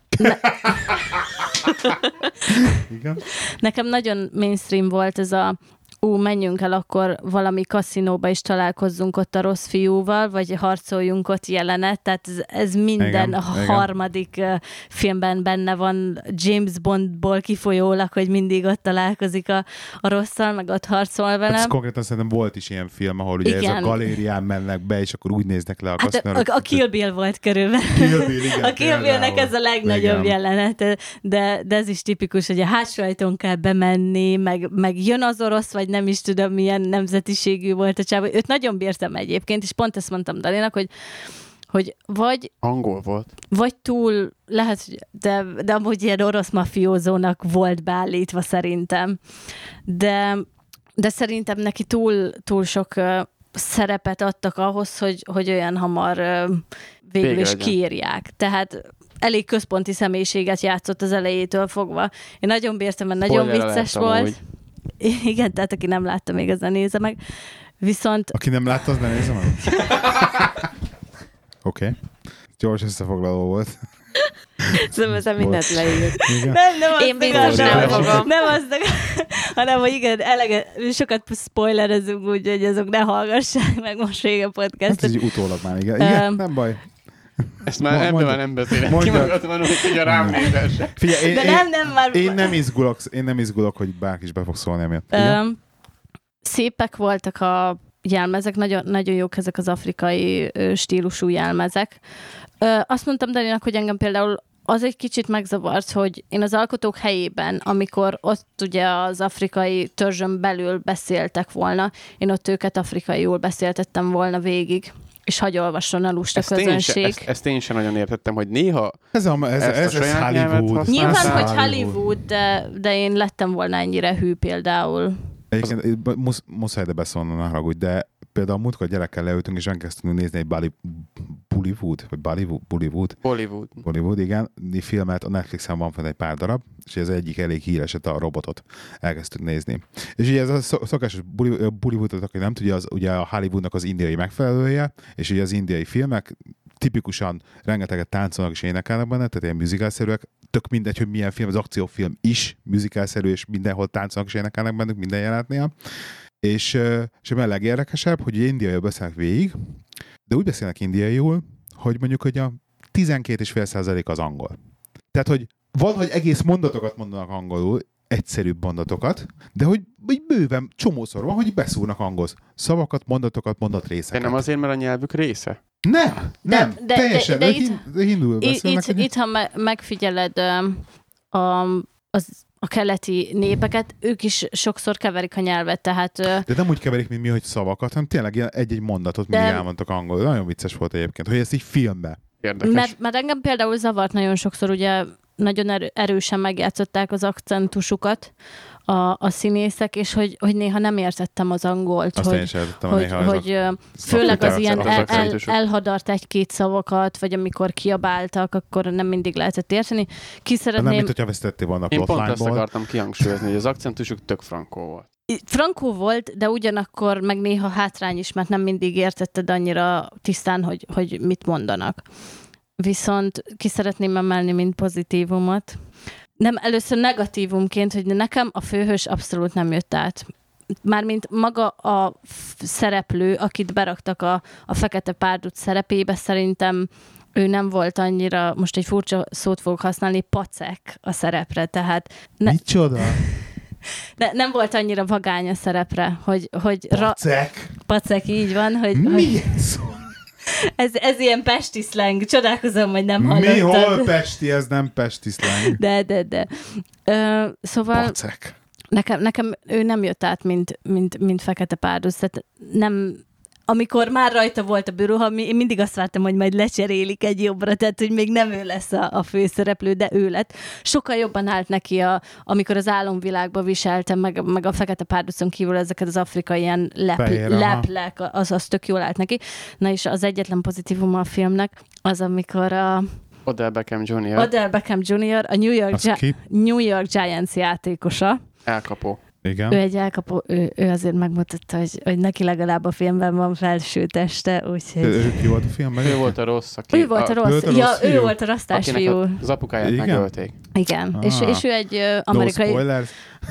Igen. Nekem nagyon mainstream volt ez a menjünk el akkor valami kaszinóba is találkozzunk ott a rossz fiúval, vagy harcoljunk ott jelenet, tehát ez minden harmadik filmben benne van James Bondból kifolyólag, hogy mindig ott találkozik a rosszal, meg ott harcol vele. Hát konkrétan szerintem volt is ilyen film, ahol ugye ez a galérián mennek be, és akkor úgy néznek le a kaszinóra. A Kill Bill volt körülbelül. A Kill Billnek ez a legnagyobb jelenet, de ez is tipikus, hogy a hátsó ajtón kell bemenni, meg jön az orosz, vagy nem is tudom, milyen nemzetiségű volt a csávó. Őt nagyon bírtam egyébként, és pont ezt mondtam Dalinak, hogy vagy... Angol volt. Vagy túl, lehet, de amúgy ilyen orosz mafiózónak volt beállítva szerintem. De szerintem neki túl sok szerepet adtak ahhoz, hogy olyan hamar végül is kiírják. Tehát elég központi személyiséget játszott az elejétől fogva. Én nagyon bírtam, mert nagyon vicces volt. Amúgy. Igen, tehát aki nem látta még, az ne nézze meg. Viszont... Aki nem látta, az ne nézze meg? Oké. Gyors összefoglaló volt. Szóval mindent leírt. Én biztos nem fogom. Nem azt, hanem, hogy igen, sokat spoilerezünk úgy, hogy azok ne hallgassák meg most még a podcastot. Ez így utólag már, igen, nem baj. Ezt már ebből nem beszélek. Ki magatom mondom, hogy ugye rám nézes. Figyelj, én nem izgulok, hogy bárki is be fog szólni emiatt. Szépek voltak a jelmezek, nagyon, nagyon jók ezek az afrikai stílusú jelmezek. Azt mondtam Daninak, hogy engem például az egy kicsit megzavart, hogy én az alkotók helyében, amikor ott ugye az afrikai törzsön belül beszéltek volna, én ott őket afrikaiul beszéltettem volna végig, és hagy olvasson a lusta közönség. Ezt én sem nagyon értettem, hogy néha ez Hollywood. Nyilván, hogy Hollywood, de én lettem volna ennyire hű például. Egyébként muszáj de beszólni, ne haragudj, de például múltkor gyerekkel leültünk, és elkezdtünk nézni egy Bollywood, igen, filmet, a Netflixen van fenn egy pár darab, és ez egyik elég híres, a robotot elkezdtük nézni. És ugye ez a szokásos Bollywoodot, aki nem tudja, az ugye a Hollywoodnak az indiai megfelelője, és ugye az indiai filmek tipikusan rengeteget táncolnak és énekelnek benne, tehát ilyen musicalszerűek, tök mindegy, hogy milyen film, az akciófilm is musicalszerű, és mindenhol táncolnak és énekelnek bennük, minden jelenetnél. És a legérdekesebb, hogy indiaiul beszélnek végig, de úgy beszélnek indiaiul, hogy mondjuk, hogy a 12,5% az angol. Tehát, hogy van, hogy egész mondatokat mondanak angolul, egyszerűbb mondatokat, de hogy bőven csomószor van, hogy beszúrnak angol szavakat, mondatokat, mondatrészeket. De nem azért, mert a nyelvük része? Nem, teljesen. De hindul beszélnek. Itt, ha megfigyeled a keleti népeket, ők is sokszor keverik a nyelvet, tehát... De nem úgy keverik, mint mi, hogy szavakat, hanem tényleg egy-egy mondatot mindig elmondtak angolul. Nagyon vicces volt egyébként, hogy ez így filmbe. Érdekes. Mert engem például zavart nagyon sokszor, ugye nagyon erősen megjátszották az akcentusukat a színészek, és hogy néha nem értettem az angolt. Azt én is értettem hogy főleg az ilyen elhadart egy-két szavakat, vagy amikor kiabáltak, akkor nem mindig lehetett érteni. Nem, mint hogyha vesztettél volna a plotline-ból. Én pont ezt akartam kihangsúlyozni, hogy az akcentusuk tök frankó volt. Frankó volt, de ugyanakkor meg néha hátrány is, mert nem mindig értetted annyira tisztán, hogy mit mondanak. Viszont ki szeretném emelni, mint pozitívumot. Nem, először negatívumként, hogy nekem a főhős abszolút nem jött át. Mármint maga a szereplő, akit beraktak a Fekete Párduc szerepébe, szerintem ő nem volt annyira, most egy furcsa szót fogok használni, pacek a szerepre, tehát... Micsoda? Nem volt annyira vagány a szerepre, hogy pacek? Pacek, így van, hogy... Milyen szó? Ez ilyen pesti szleng. Csodálkozom, hogy nem hallottad. Mi? Hol pesti? Ez nem pesti szleng. De. Szóval... Pacek. Nekem ő nem jött át, mint Fekete Párduc. Tehát nem... Amikor már rajta volt a bűróha, én mindig azt vártam, hogy majd lecserélik egy jobbra, tehát hogy még nem ő lesz a főszereplő, de ő lett. Sokkal jobban állt neki, amikor az álomvilágba viselte, meg a Fekete Párducon kívül ezeket az afrikai ilyen leplek, az tök jól állt neki. Na és az egyetlen pozitívum a filmnek az, amikor Odell Beckham Jr. A New York Giants játékosa. Elkapó. Igen. Ő egy elkapó, ő azért megmutatta, hogy neki legalább a filmben van felső teste, úgyhogy... Ő ki volt a filmben? Ő volt a rossz. Ő volt a rossz. Ő volt a rasztás fiú. Az apukáját megölték. Igen. És ő egy amerikai... No spoilers.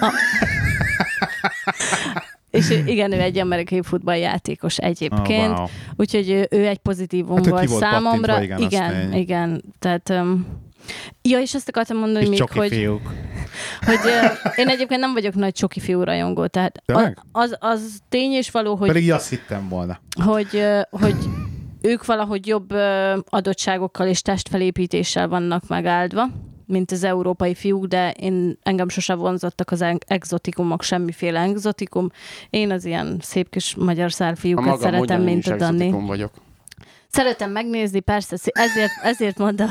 És igen, ő egy amerikai futballjátékos egyébként. Oh, wow. Úgyhogy ő egy pozitívum volt számomra. Igen. Tehát... Ja, és azt akartam mondani még, hogy én egyébként nem vagyok nagy csoki fiú rajongó, tehát az tény és való, hogy... Pedig azt hittem volna. Hogy ők valahogy jobb adottságokkal és testfelépítéssel vannak megáldva, mint az európai fiúk, de engem sose vonzottak az egzotikumok, semmiféle egzotikum. Én az ilyen szép kis magyar szárfiúkat szeretem, mint a Dani. Vagyok. Szeretem megnézni, persze, ezért mondom.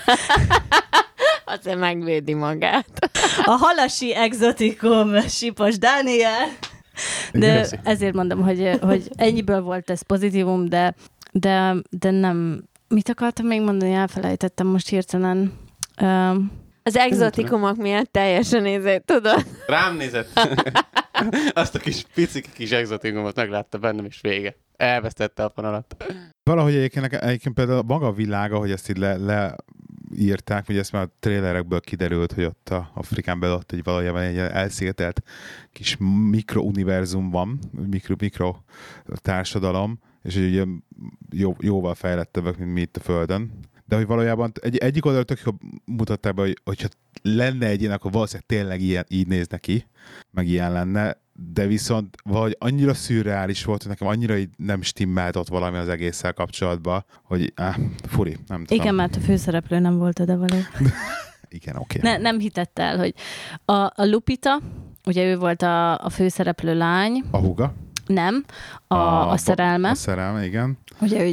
Azért megvédi magát. A halasi egzotikum, Sipos Dániel. De ezért mondom, hogy ennyiből volt ez pozitívum, de nem. Mit akartam még mondani? Elfelejtettem most hirtelen. Az egzotikumok miatt teljesen nézett, tudod? Rám nézett. Azt a pici kis egzotikumot meglátta bennem, és vége. Elvesztette a fonalat. Valahogy egyébként például maga a világa, hogy ezt így leírták, vagy ezt már a trailerekből kiderült, hogy ott Afrikán belül ott valójában egy elszigetelt kis mikrouniverzum van, mikro társadalom, és ugye jóval fejlettebbek, mint mi itt a Földön. de hogy valójában egyik oldalról tök jól mutatta be, hogyha lenne egy ilyen, akkor valószínűleg tényleg ilyen, így néz neki, meg ilyen lenne, de viszont valahogy annyira szürreális volt, hogy nekem annyira így nem stimmelt ott valami az egésszel kapcsolatban, hogy furi, nem tudom. Igen, mert a főszereplő nem volt odavaló. Igen, oké. Nem hitett el, hogy a Lupita, ugye ő volt a főszereplő lány. A húga? Nem, a szerelme. A szerelme, igen. Ugye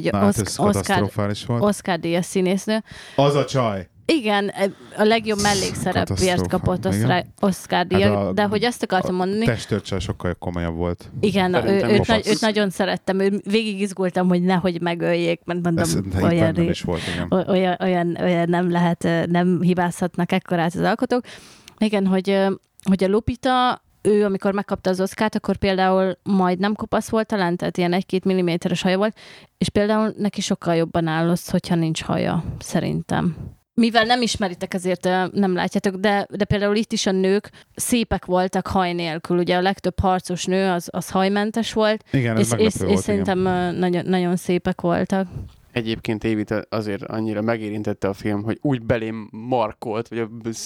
Oscar díjas színésznő. Az a csaj. Igen, a legjobb mellékszerepért kapott Oscar díjat, de hogy azt akartam mondani... A testőrcsel sokkal komolyabb volt. Igen, őt nagyon szerettem. Végig izgultam, hogy nehogy megöljék, mert mondom, olyan nem lehet, nem hibázhatnak ekkorát az alkotók. Igen, hogy a Lupita, ő amikor megkapta az Oscart, akkor például majd nem kopasz volt talán, tehát ilyen 1-2 milliméteres haja volt, és például neki sokkal jobban áll az, hogyha nincs haja, szerintem. Mivel nem ismeritek, ezért nem látjátok, de például itt is a nők szépek voltak haj nélkül. Ugye a legtöbb harcos nő az hajmentes volt, igen, és szerintem nagyon szépek voltak. Egyébként Évit azért annyira megérintette a film, hogy úgy belém markolt, vagy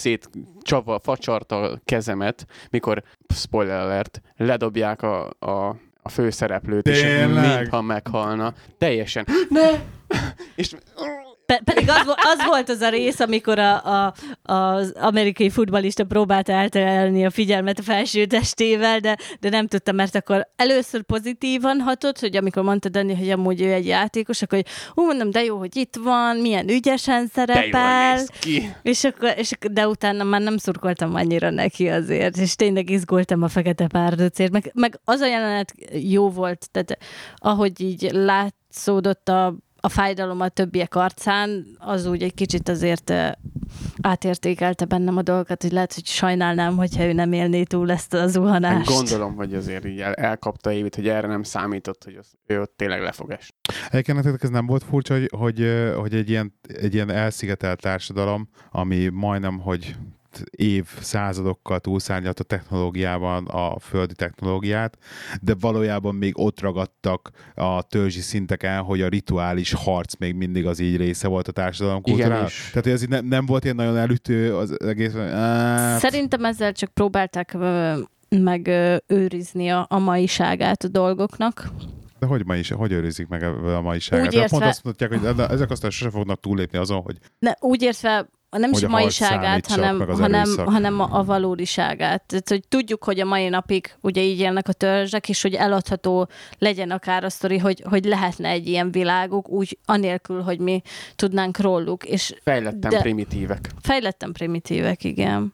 facsarta a kezemet, mikor, spoiler alert, ledobják a főszereplőt, és mintha meghalna. Teljesen. Ne! És... Pedig az volt az a rész, amikor az amerikai futballista próbálta elterelni a figyelmet a felső testével, de nem tudta, mert akkor először pozitívan hatott, hogy amikor mondta Dani, hogy amúgy ő egy játékos, akkor mondom, de jó, hogy itt van, milyen ügyesen szerepel. És akkor, de utána már nem szurkoltam annyira neki azért, és tényleg izgultam a Fekete Párdocért. Meg az a jelenet jó volt, tehát ahogy így látszódott a fájdalom a többiek arcán, az úgy egy kicsit azért átértékelte bennem a dolgokat, hogy lehet, hogy sajnálnám, hogyha ő nem élné túl ezt a zuhanást. Gondolom, hogy azért így elkapta Évit, hogy erre nem számított, hogy ő ott tényleg le fog esni. Egyébként ez nem volt furcsa, hogy egy ilyen elszigetelt társadalom, ami majdnem, hogy évszázadokkal túlszárnyalt a technológiában a földi technológiát, de valójában még ott ragadtak a törzsi szinteken, hogy a rituális harc még mindig az így része volt a társadalom kultúrának. Tehát, hogy ez nem volt ilyen nagyon elütő az egész. Szerintem ezzel csak próbálták megőrizni a maiságát a dolgoknak. De hogy őrizik meg a maiságát? Pont azt mondják, hogy ezek aztán sose fognak túllépni azon, hogy... Úgy értve, nem is a maiságát, hanem a valódiságát. Tehát, hogy tudjuk, hogy a mai napig ugye így élnek a törzsek, és hogy eladható legyen akár a sztori, hogy lehetne egy ilyen világuk, úgy anélkül, hogy mi tudnánk róluk. És Fejletten primitívek, igen.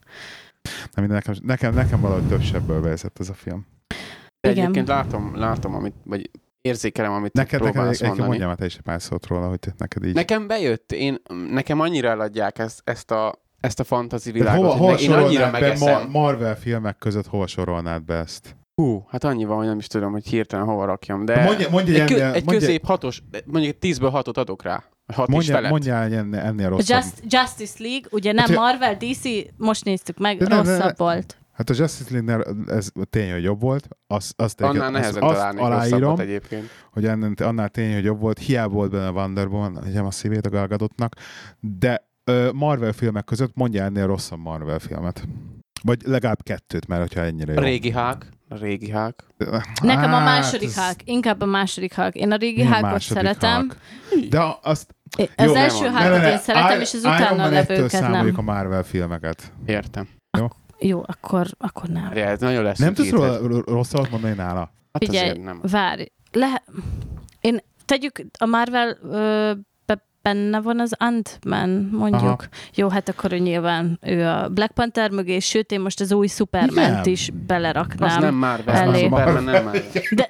Nekem valahogy több sebből vezet ez a film. Egyébként látom, amit, vagy érzékelem, amit próbálsz mondani. Mondjam, hogy te is pár szót róla, hogy neked így... Nekem bejött, nekem annyira eladják ezt a fantasy világot, én annyira megeszem. Marvel filmek között hova sorolnád be ezt? Hát annyi van, hogy nem is tudom, hogy hirtelen hova rakjam, de egy közép 6-os, mondjuk 10-ből 6-ot adok rá. Mondjál ennél rosszabb. Justice League, ugye nem Marvel, DC, most néztük meg, rosszabb volt. Hát a Justice League-nél ez tény, hogy jobb volt. Annál nehezen találni rosszabbat egyébként. Hogy annál tény, hogy jobb volt. Hiába volt benne a Wonder Woman, ugye a szívét a Gal Gadotnak. De Marvel filmek között mondja ennél rosszabb Marvel filmet. Vagy legalább 2, mert hogyha ennyire jó. A régi Hulk. Nekem a második Hulk. Inkább a második Hulk. Én a régi Hulkot szeretem. De azt... Az első Hulkot én szeretem, és az utána levőket nem. számoljuk a Marvel filmeket. Értem. Jó, akkor nem. Ja, ez nagyon lesz. Nem tudsz róla rosszat mondani nála? Hát figyelj, nem. Várj. Tegyük a Marvel benne van az Ant-Man, mondjuk. Aha. Jó, hát akkor nyilván ő a Black Panther mögé, sőt, én most az új Superman-t is beleraknám. Az nem Marvel, az Superman nem Marvel.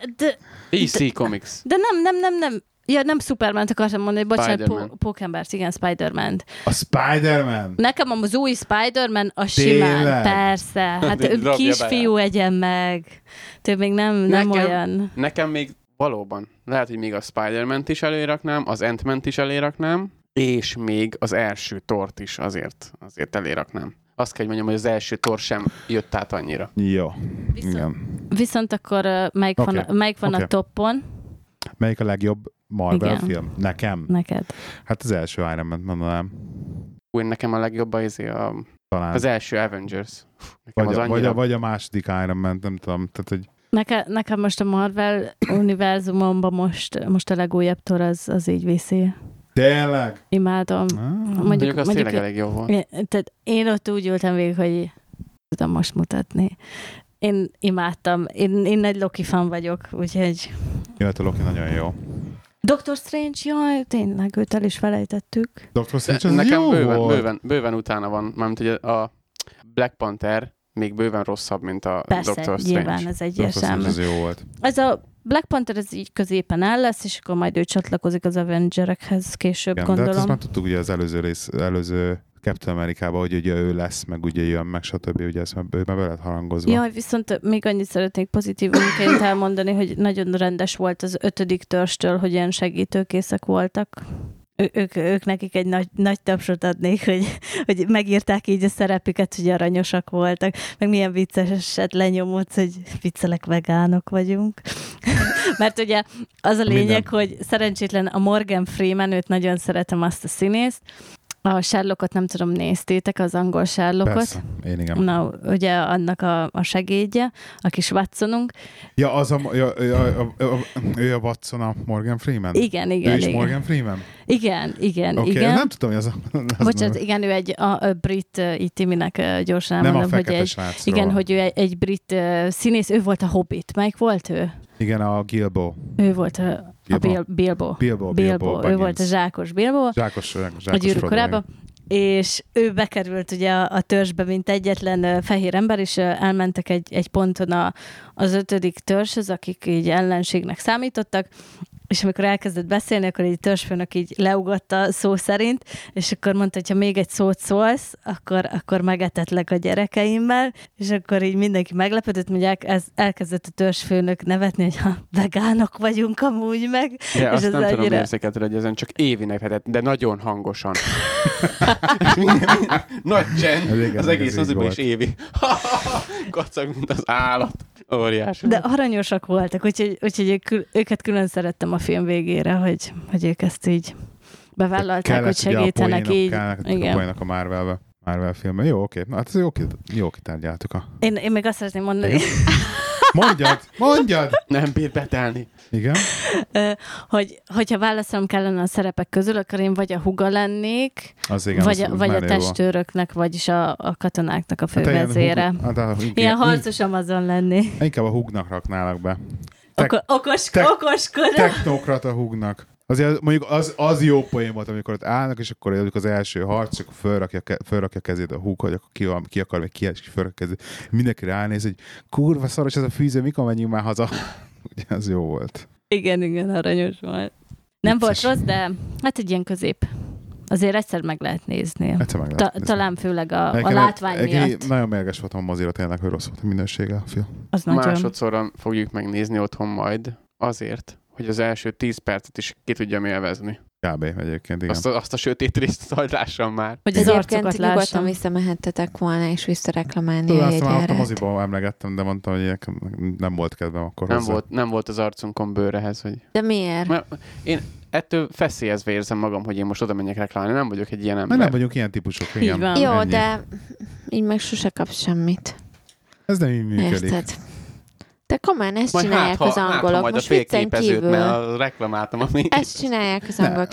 DC Comics. De nem. Ja, nem Superman-t akartam mondani, bocsánat, Pókembert, igen, Spider-Man-t. A Spider-Man? Nekem az új Spider-Man a simán, persze. Hát kisfiú egyen meg. Több még nem olyan. Nekem még valóban. Lehet, hogy még a Spider-Man-t is eléraknám, az Ant-Man-t is eléraknám, és még az első Thort is azért eléraknám. Azt kell, hogy mondjam, hogy az első Thor sem jött át annyira. Jó. Viszont akkor melyik van a toppon? Melyik a legjobb Marvel film? Nekem? Neked. Hát az első Iron Man mondanám. Úgy nekem a legjobb az első Avengers. Vagy a második Iron Man, nem tudom. Tehát, hogy... Nekem most a Marvel univerzumomban most a legújabb Thor az így viszi. Tényleg? Imádom. Mondjuk az tényleg elég jó volt. Tehát én ott úgy ültem végig, hogy tudom most mutatni. Én imádtam. Én nagy Loki fan vagyok, úgyhogy... Jött a Loki nagyon jó. Doctor Strange, jaj, tényleg őt el is felejtettük. Doctor Strange az nekem jó bőven utána van, mármint ugye a Black Panther még bőven rosszabb, mint a Persze, Doctor Strange. nyilván ez egyértelmű. Ez jó volt. Ez a Black Panther ez így középen áll lesz, és akkor majd ő csatlakozik az Avengerekhez később, igen, gondolom. De hát ezt már tudtuk ugye az előző Captain Amerikában, hogy ugye ő lesz, meg ugye jön, meg stb. Ugye ezt már be lett harangozva. Jaj, viszont még annyit szeretnék pozitívunként elmondani, hogy nagyon rendes volt az 5. törstől, hogy ilyen segítőkészek voltak. Ők nekik egy nagy tapsot adnék, hogy megírták így a szerepüket, hogy aranyosak voltak, meg milyen vicceset lenyomodsz, hogy viccelek, vegánok vagyunk. Mert ugye az a lényeg, hogy szerencsétlen a Morgan Freeman, őt nagyon szeretem, azt a színészt. A Sherlockot nem tudom, néztétek, az angol Sherlockot? Persze, én igen. Na, ugye annak a segédje, a kis Watsonunk. Ja, ő a Watson, a Morgan Freeman? Igen. Ő is Morgan Freeman? Igen. Okay, nem tudom, hogy bocsánat, igen, ő a brit, itt Timinek gyorsan elmondom, nem a fekete srácról. Igen, hogy ő egy brit színész, ő volt a Hobbit. Melyik volt ő? Igen, a Bilbo. Ő volt a Bilbo. Ő volt a zsákos Bilbo. Zsákos a Gyűrűk korában. És ő bekerült ugye a törzsbe, mint egyetlen fehér ember, és elmentek egy ponton az 5. törzshöz, akik így ellenségnek számítottak, és amikor elkezdett beszélni, akkor egy törzsfőnök így leugatta szó szerint, és akkor mondta, hogy ha még egy szót szólsz, akkor megetetlek a gyerekeimmel, és akkor így mindenki meglepődött, hogy elkezdett a törzsfőnök nevetni, hogy ha vegánok vagyunk amúgy meg. Ja, azt nem tudom érzékeltetni, hogy ezen csak Évinek lehetett, de nagyon hangosan. Nagy csend, az egész moziban is Évi. Kacag, mint az állat. Óriási. De aranyosak voltak, úgyhogy őket külön szerettem a film végére, hogy ők ezt így bevállalták, hogy segítenek így. Kellett a Marvel filmben. Jó, oké. Hát jó kitárgyáltuk. Én még azt szeretném mondani. Mondjad! Nem bír betelni. Igen? Hogyha válaszolom kellene a szerepek közül, akkor én vagy a húga lennék, igen, vagy a testőröknek, vagyis a katonáknak a fővezére. Ilyen harcos Amazon lenni. Inkább a húgnak raknálak be. Okoskodom. Technokrata húgnak. Azért mondjuk az jó poén volt, amikor ott állnak, és akkor az első harc, és akkor fölrakja kezét a húg, hogy akkor ki akar, meg kiáll, és fölrakja kezét. Mindenki ránéz, hogy kurva szaros ez a fűző, mikor menjünk már haza? Ugye, az jó volt. Igen, aranyos volt. Nem volt rossz, de hát egy ilyen közép. Azért egyszer meg lehet nézni. Talán főleg a látvány miatt. Nagyon mérges voltam a mozira, tényleg, hogy rossz volt a minősége a film. Másodszorra fogjuk megnézni otthon majd azért, hogy az első 10 percet is ki tudjam élvezni. Kb. Egyébként, igen. Azt a sötét részt hajlássam már. Hogy az arcokat lássam. Nyugodtan visszamehettetek volna, és visszareklamálni a jegyárat. A moziban emlegettem, de mondtam, hogy nem volt kedvem akkor nem volt az arcunkon bőrehez, hogy... De miért? Mert én ettől feszélyezve érzem magam, hogy én most oda menjek reklamálni. Nem vagyok egy ilyen ember. Nem vagyunk ilyen típusok. Igen. Jó, ennyi. De így meg sose kapsz semmit. Ez nem így működik. Érted? De komolyan, ezt csinálják az angolok. Most viccen kívül. Mert reklamáltam, amit... Ezt csinálják az angolok.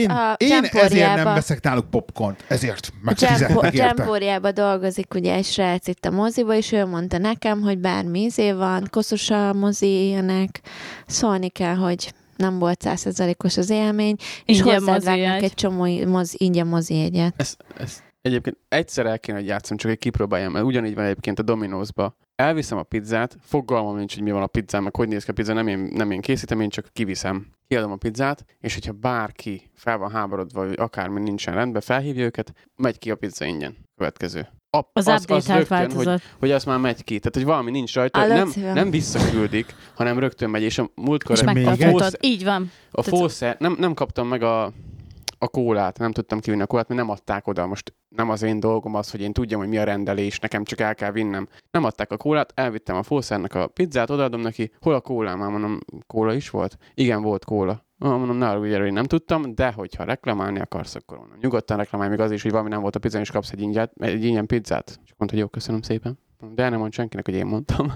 Én ezért nem veszek náluk popcornt. Ezért megfizetnek érte. Dzsempóriában dolgozik ugye egy srác itt a moziba, és ő mondta nekem, hogy bármi van, koszos a mozi ilyenek, szólni kell, hogy nem volt 100%-os az élmény, és hozzáadvágnak egy csomó ingyen mozi jegyet. Egyébként egyszer el kéne, hogy játszom, csak egy kipróbáljam, mert ugyanígy van egyébként a Domino'sba. Elviszem a pizzát, fogalmam nincs, hogy mi van a pizzán, meg hogy néz ki a pizza, nem én készítem, én csak kiviszem. Kiadom a pizzát, és hogyha bárki fel van háborodva, vagy akármi nincsen rendben, felhívja őket, megy ki a pizza ingyen. Következő. Az update-hát változott. Hogy az már megy ki. Tehát, hogy valami nincs rajta, nem visszaküldik, hanem rögtön megy, és a múltkor... És megkaphatod. Így van. A fószer, nem kaptam meg a kólát, nem tudtam kivinni a kólát, mert nem adták oda. Most nem az én dolgom az, hogy én tudjam, hogy mi a rendelés, nekem csak el kell vinnem. Nem adták a kólát, elvittem a fószernek a pizzát, odaadom neki, hol a kólám? Már mondom, kóla is volt? Igen, volt kóla. Mondom, ne arra, hogy nem tudtam, de hogyha reklamálni akarsz, akkor mondom, nyugodtan reklamálj, még az is, hogy valami nem volt a pizzán, és kapsz egy ingyen pizzát. És mondta, hogy jó, köszönöm szépen. De nem mond senkinek, hogy én mondtam.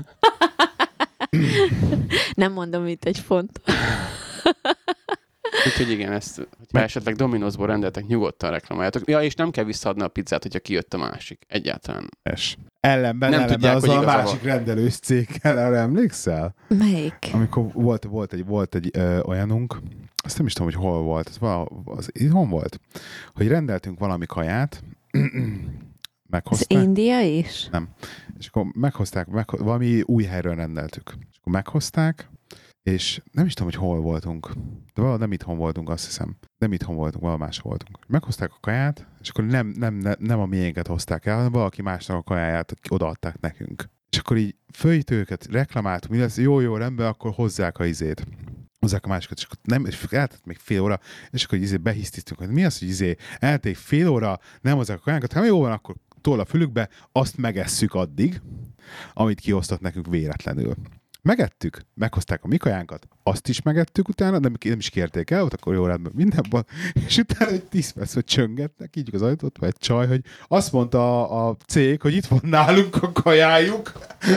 Nem mondom itt egy font. Úgyhogy igen, ezt, ha esetleg Domino'sból rendeltek, nyugodtan reklamáljátok. Ja, és nem kell visszaadni a pizzát, hogyha kijött a másik. Egyáltalán. Ellenben tudják, azzal a másik rendelős céggel, arra emlékszel? Melyik? Amikor volt egy olyanunk, azt nem is tudom, hogy hol volt, az itthon volt, hogy rendeltünk valami kaját, meghozták. Az India is? Nem. És akkor meghozták, valami új helyről rendeltük. És akkor meghozták, és nem is tudom, hogy hol voltunk. De valahol nem itthon voltunk, azt hiszem. Nem itthon voltunk, valahol máshol voltunk. Meghozták a kaját, és akkor nem a miénket hozták el, hanem valaki másnak a kajáját odaadták nekünk. És akkor így fölhívtuk őket, reklamáltuk, mi lesz, jó, rendben, akkor hozzák a izét. Hozzák a másikat, és akkor eltett még fél óra, és akkor behisztiztünk, hogy mi az, hogy eltett fél óra, nem hozzák a kajánkat, hanem jó van, akkor tol a fülükbe, azt megesszük addig, amit kiosztott nekünk véletlenül. Megettük, meghozták a mi kajánkat, azt is megettük utána, de nem is kérték el, ott akkor jó rendben mindenben, és utána egy 10 perc, hogy csöngetnek, így az ajtót, vagy egy csaj, hogy azt mondta a cég, hogy itt van nálunk a kajájuk.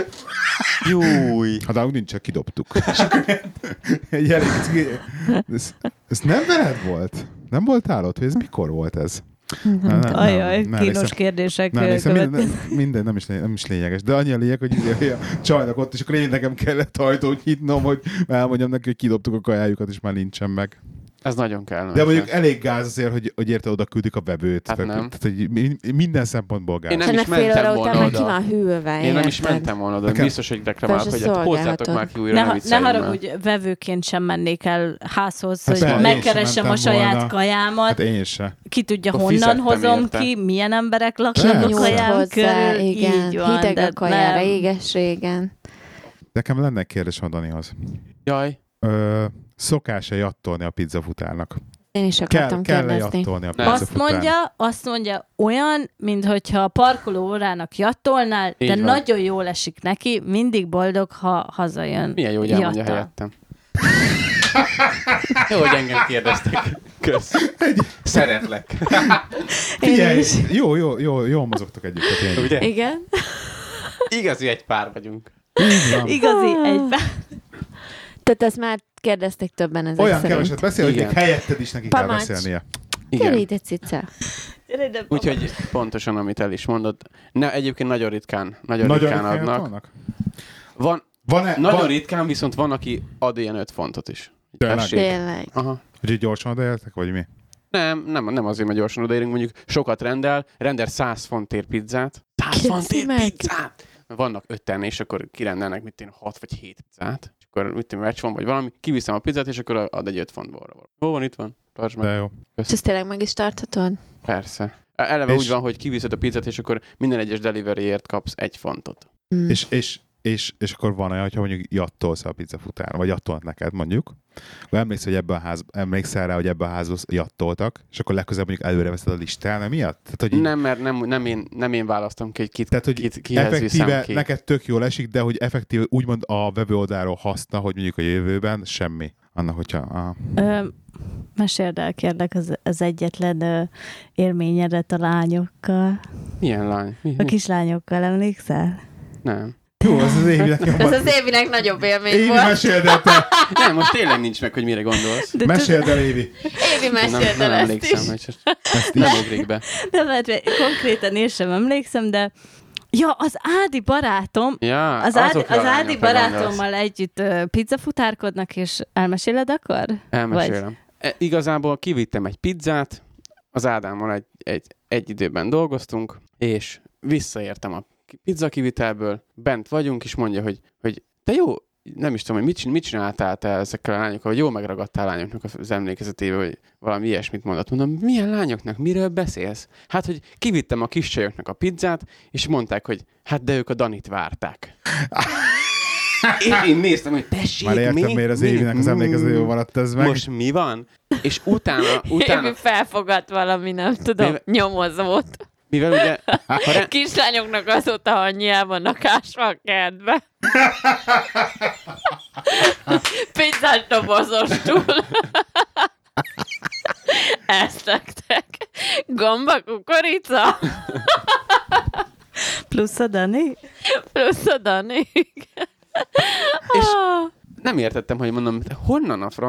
Júj! Hát nálunk nincs, csak kidobtuk. Egy elég, ez nem veled volt? Nem voltál ott? Hogy ez mikor volt ez? Ajaj, kínos kérdések minden nem is lényeges. De annyi a lényeg, hogy a csajnak ott, és akkor én nekem kellett ajtót nyitnom, hogy elmondjam neki, hogy kidobtuk a kajájukat, és már nincsen meg. Ez nagyon kell. De mondjuk elég gáz azért, hogy érte oda küldik a vevőt. Hát nem. Tehát, hogy minden szempontból gáz. Én nem is mentem volna oda. Én nem is mentem volna oda. Biztos, hogy reklamálok, hogy hozzátok már ki újra. Ne haragudj, vevőként sem mennék el házhoz, hogy megkeressem a saját kajámat. Hát én sem. Ki tudja, honnan hozom ki, milyen emberek laknak a kajám körül. Igen, hideg a kajára, égességen. Nekem lenne egy kérdés a Danihoz. Jaj. Szokás-e jattolni a pizzafutárnak? Én is akartam kérdezni. Jattolni a pizzafutárnak? Azt mondja, olyan, minthogyha a parkoló órának jattolnál, de nagyon jól esik neki, mindig boldog, ha hazajön. Milyen jó, hogy elmondja helyettem. Jó, hogy engem kérdeztek. Kösz. Szeretlek. Figyelj, jó mozogtok együtt. Ugye? Igen. Igazi egy pár vagyunk. Igazi egy pár. Tehát ezt már kérdezték többen ezek olyan szerint. Keveset beszél, hogy még helyetted is neki kell beszélnie. Gyere ide, cica. Úgyhogy pontosan, amit el is mondod. Egyébként nagyon ritkán adnak. Nagyon ritkán, viszont van, aki ad ilyen 5 fontot is. Tényleg. Aha. Úgyhogy gyorsan odaértek, vagy mi? Nem azért, mert gyorsan odaérünk, mondjuk sokat rendel 100 fontért pizzát. 100 fontért pizzát! Vannak 5-en, és akkor kirendelnek 6 vagy 7 pizzát. És akkor meccs van, vagy valami, kiviszem a pizzát, és akkor ad egy 5 fontból. Hol van, itt van? Tartsd meg. De jó. És ezt tényleg meg is tarthatod? Persze. Eleve úgy van, hogy kiviszed a pizzát, és akkor minden egyes deliveryért kapsz 1 fontot. És akkor van olyan, hogyha mondjuk jattolsz a pizzafutárra, vagy jattolnak neked mondjuk, akkor emlékszel rá, hogy ebben a házban jattoltak, és akkor legközelebb mondjuk előre veszed a listán, nem miatt? Tehát, hogy nem, mert nem én választom ki, hogy kihez viszem ki. Neked tök jól esik, de hogy effektíve úgymond a vevő oldalról haszna, hogy mondjuk a jövőben semmi. Annak, hogyha... Meséld el, kérlek, az egyetlen élményedet a lányokkal. Milyen lány? A kislányokkal, emlékszel? Nem. Jó, az Évinek ez az Évinek nagyobb élmény Évi, volt. meséld el te! Nem, most tényleg nincs meg, hogy mire gondolsz. Meséld el, Évi! Évi, meséld el ezt is. Ezt nem ugrik be. Nem, mert konkrétan én sem emlékszem, de ja, az Ádi barátom, ja, az Ádi barátommal együtt pizzafutárkodnak, és elmeséled akkor? Elmesélem. Igazából kivittem egy pizzát, az Ádámmal egy időben dolgoztunk, és visszaértem a pizzakivitelből, bent vagyunk, és mondja, hogy te jó, nem is tudom, hogy mit csináltál te ezekkel a lányokkal, hogy jól megragadtál a lányoknak az emlékezetével, hogy valami ilyesmit mondott. Mondom, milyen lányoknak, miről beszélsz? Hát, hogy kivittem a kis csajoknak a pizzát, és mondták, hogy hát de ők a Danit várták. Én néztem, hogy tessék, már értem, miért az Évinek az emlékezetéből maradt ez meg. Most mi van? És utána... Évi felfogadt valami, nem tudom, nyomozót. Mivel ugye... Kislányoknak azóta annyiában vannak ásva a kertbe. Pizzás dobozos túl. Ezt nektek. Gomba, kukorica. Plusz a Dani. És nem értettem, hogy mondom, honnan a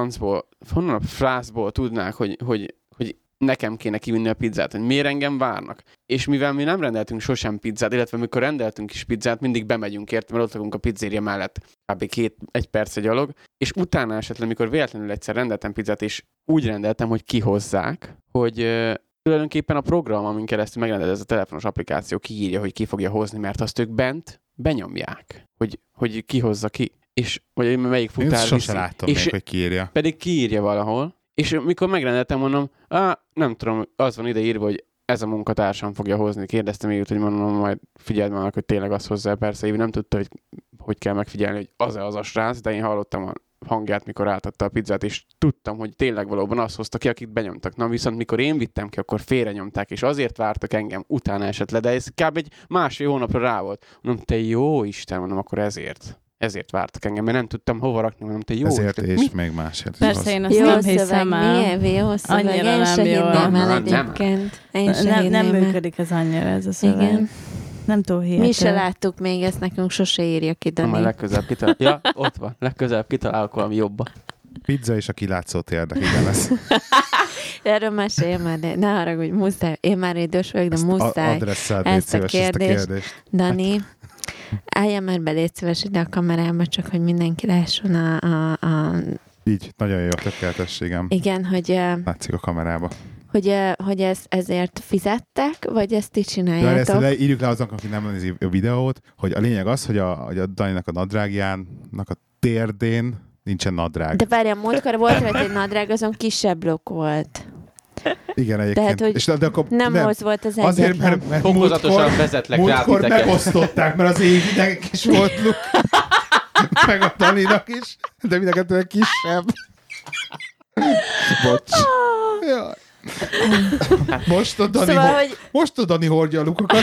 frászból tudnák, hogy nekem kéne kivinni a pizzát, hogy miért engem várnak. És mivel mi nem rendeltünk sosem pizzát, illetve amikor rendeltünk is pizzát, mindig bemegyünk érte, mert ott lakunk a pizzéria mellett kb. 1 perc gyalog, és utána esetleg, mikor véletlenül egyszer rendeltem pizzát, és úgy rendeltem, hogy kihozzák, hogy tulajdonképpen a program, amin keresztül megrendel ez a telefonos applikáció, kiírja, hogy ki fogja hozni, mert azt ők bent benyomják, hogy kihozza ki. És vagy melyik futár viszi. Sose láttam még, hogy kiírja. Pedig kiírja valahol. És mikor megrendeltem, mondom, nem tudom, az van ide írva, hogy ez a munkatársam fogja hozni. Kérdeztem még, hogy mondom, majd figyeld meg, hogy tényleg az hozzá. Persze, Évi nem tudta, hogy kell megfigyelni, hogy az-e az a srác, de én hallottam a hangját, mikor átadta a pizzát, és tudtam, hogy tényleg valóban azt hozta ki, akit benyomtak. Na viszont mikor én vittem ki, akkor félrenyomták, és azért vártak engem, utána esett le, de ez kb. Egy 1,5 hónapra rá volt. Mondom, te jó Isten, mondom, akkor ezért vártak engem, mert nem tudtam hova rakni, mondom, te jó ezért Isten. és még másért. Persze, én azt nem hiszem el. Milyen jó szöveg, annyira én se hinném el egyébként. Nem működik ez annyira, ez a szöveg. Igen. Nem túl hihető. Mi se láttuk még, ezt nekünk sose írja ki, Dani. Majd legközelebb kitalálok. Ja, ott van. Legközelebb kitalálok valami jobba. Pizza és a kilátszó térdek, igen lesz. Erről mesélj már, de ne haragudj, muszáj. Én már idős vagyok, de muszáj. Adresszáld, ezt a kérdést. Dani, állja már be, légy szíves ide a kamerába, csak hogy mindenki lásson a... Így, nagyon jó, tökéletességem. Igen, hogy... Látszik a kamerába. Hogy ezért fizettek, vagy ezt ti csináljátok? Ezt írjuk le azon, aki nem nézi a videót, hogy a lényeg az, hogy a Daninak a nadrágjának a térdén nincsen nadrág. De várjál, múltkor volt rajta egy nadrág, azon kisebb blokk volt. Igen, egyébként. Tehát, hogy de akkor nem hoz volt az azért, mert fokozatosan vezetlek rá múltkor megosztották, mert az Évinek is volt luk, meg a Daninak is, de mindenkettően kisebb. Bocs. Jaj. Most a Dani hordja a lukokat.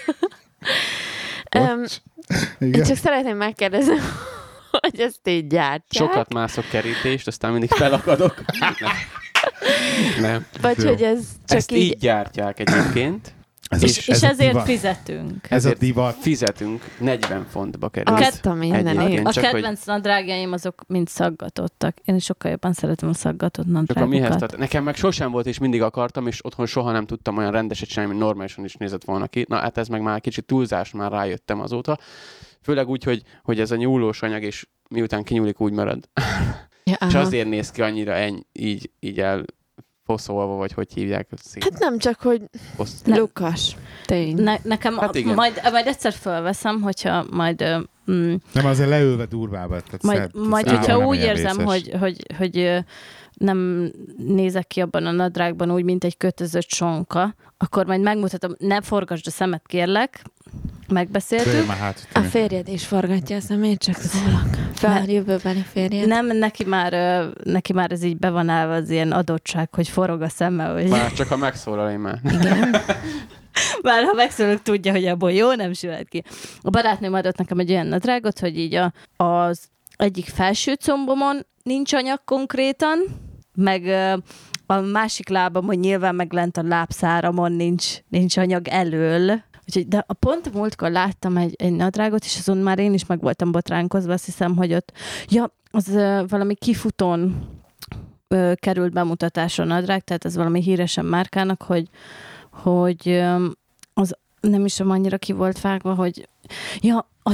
Én csak szeretném megkérdezni, hogy ezt így gyártják. Sokat mászok kerítést, aztán mindig felakadok. Nem. Vagy hogy ez csak ezt így gyártják egyébként. És ezért fizetünk. Ez a divat. Fizetünk, 40 fontba kerül. A kedvenc nadrágjaim azok mind szaggatottak. Én is sokkal jobban szeretem a szaggatott nadrágokat. Nekem meg sosem volt, és mindig akartam, és otthon soha nem tudtam olyan rendeset csinálni, mint normálisan is nézett volna ki. Na hát ez meg már kicsit túlzás, már rájöttem azóta. Főleg úgy, hogy ez a nyúlós anyag, és miután kinyúlik, úgy marad. Ja, és azért néz ki annyira így el foszolva, vagy hogy hívják. Hát nem csak, hogy Lukas. Nekem hát majd egyszer felveszem, hogyha majd... Nem, azért leülve durvába. Majd hogyha úgy érzem, hogy nem nézek ki abban a nadrágban úgy, mint egy kötözött sonka, akkor majd megmutatom, ne forgasd a szemet, kérlek, megbeszéltük. A férjed is forgatja a szemét, csak szólok. Fel jövőbeli férjed. Nem, neki már ez így be van állva az ilyen adottság, hogy forog a szeme. Hogy... Már csak ha megszólal, én már. Igen. Már ha megszólok, tudja, hogy abból jó nem sülhet ki. A barátnőm adott nekem egy olyan nadrágot, hogy így az egyik felső combomon nincs anyag konkrétan, meg a másik lábamon nyilván meg lent a lábszáramon nincs anyag elől. Úgyhogy, de a pont múltkor láttam egy nadrágot, és azon már én is meg voltam botránkozva, azt hiszem, hogy ott, az valami kifutón került bemutatásra a nadrág, tehát ez valami híresen márkának, hogy az nem is annyira ki volt vágva, hogy a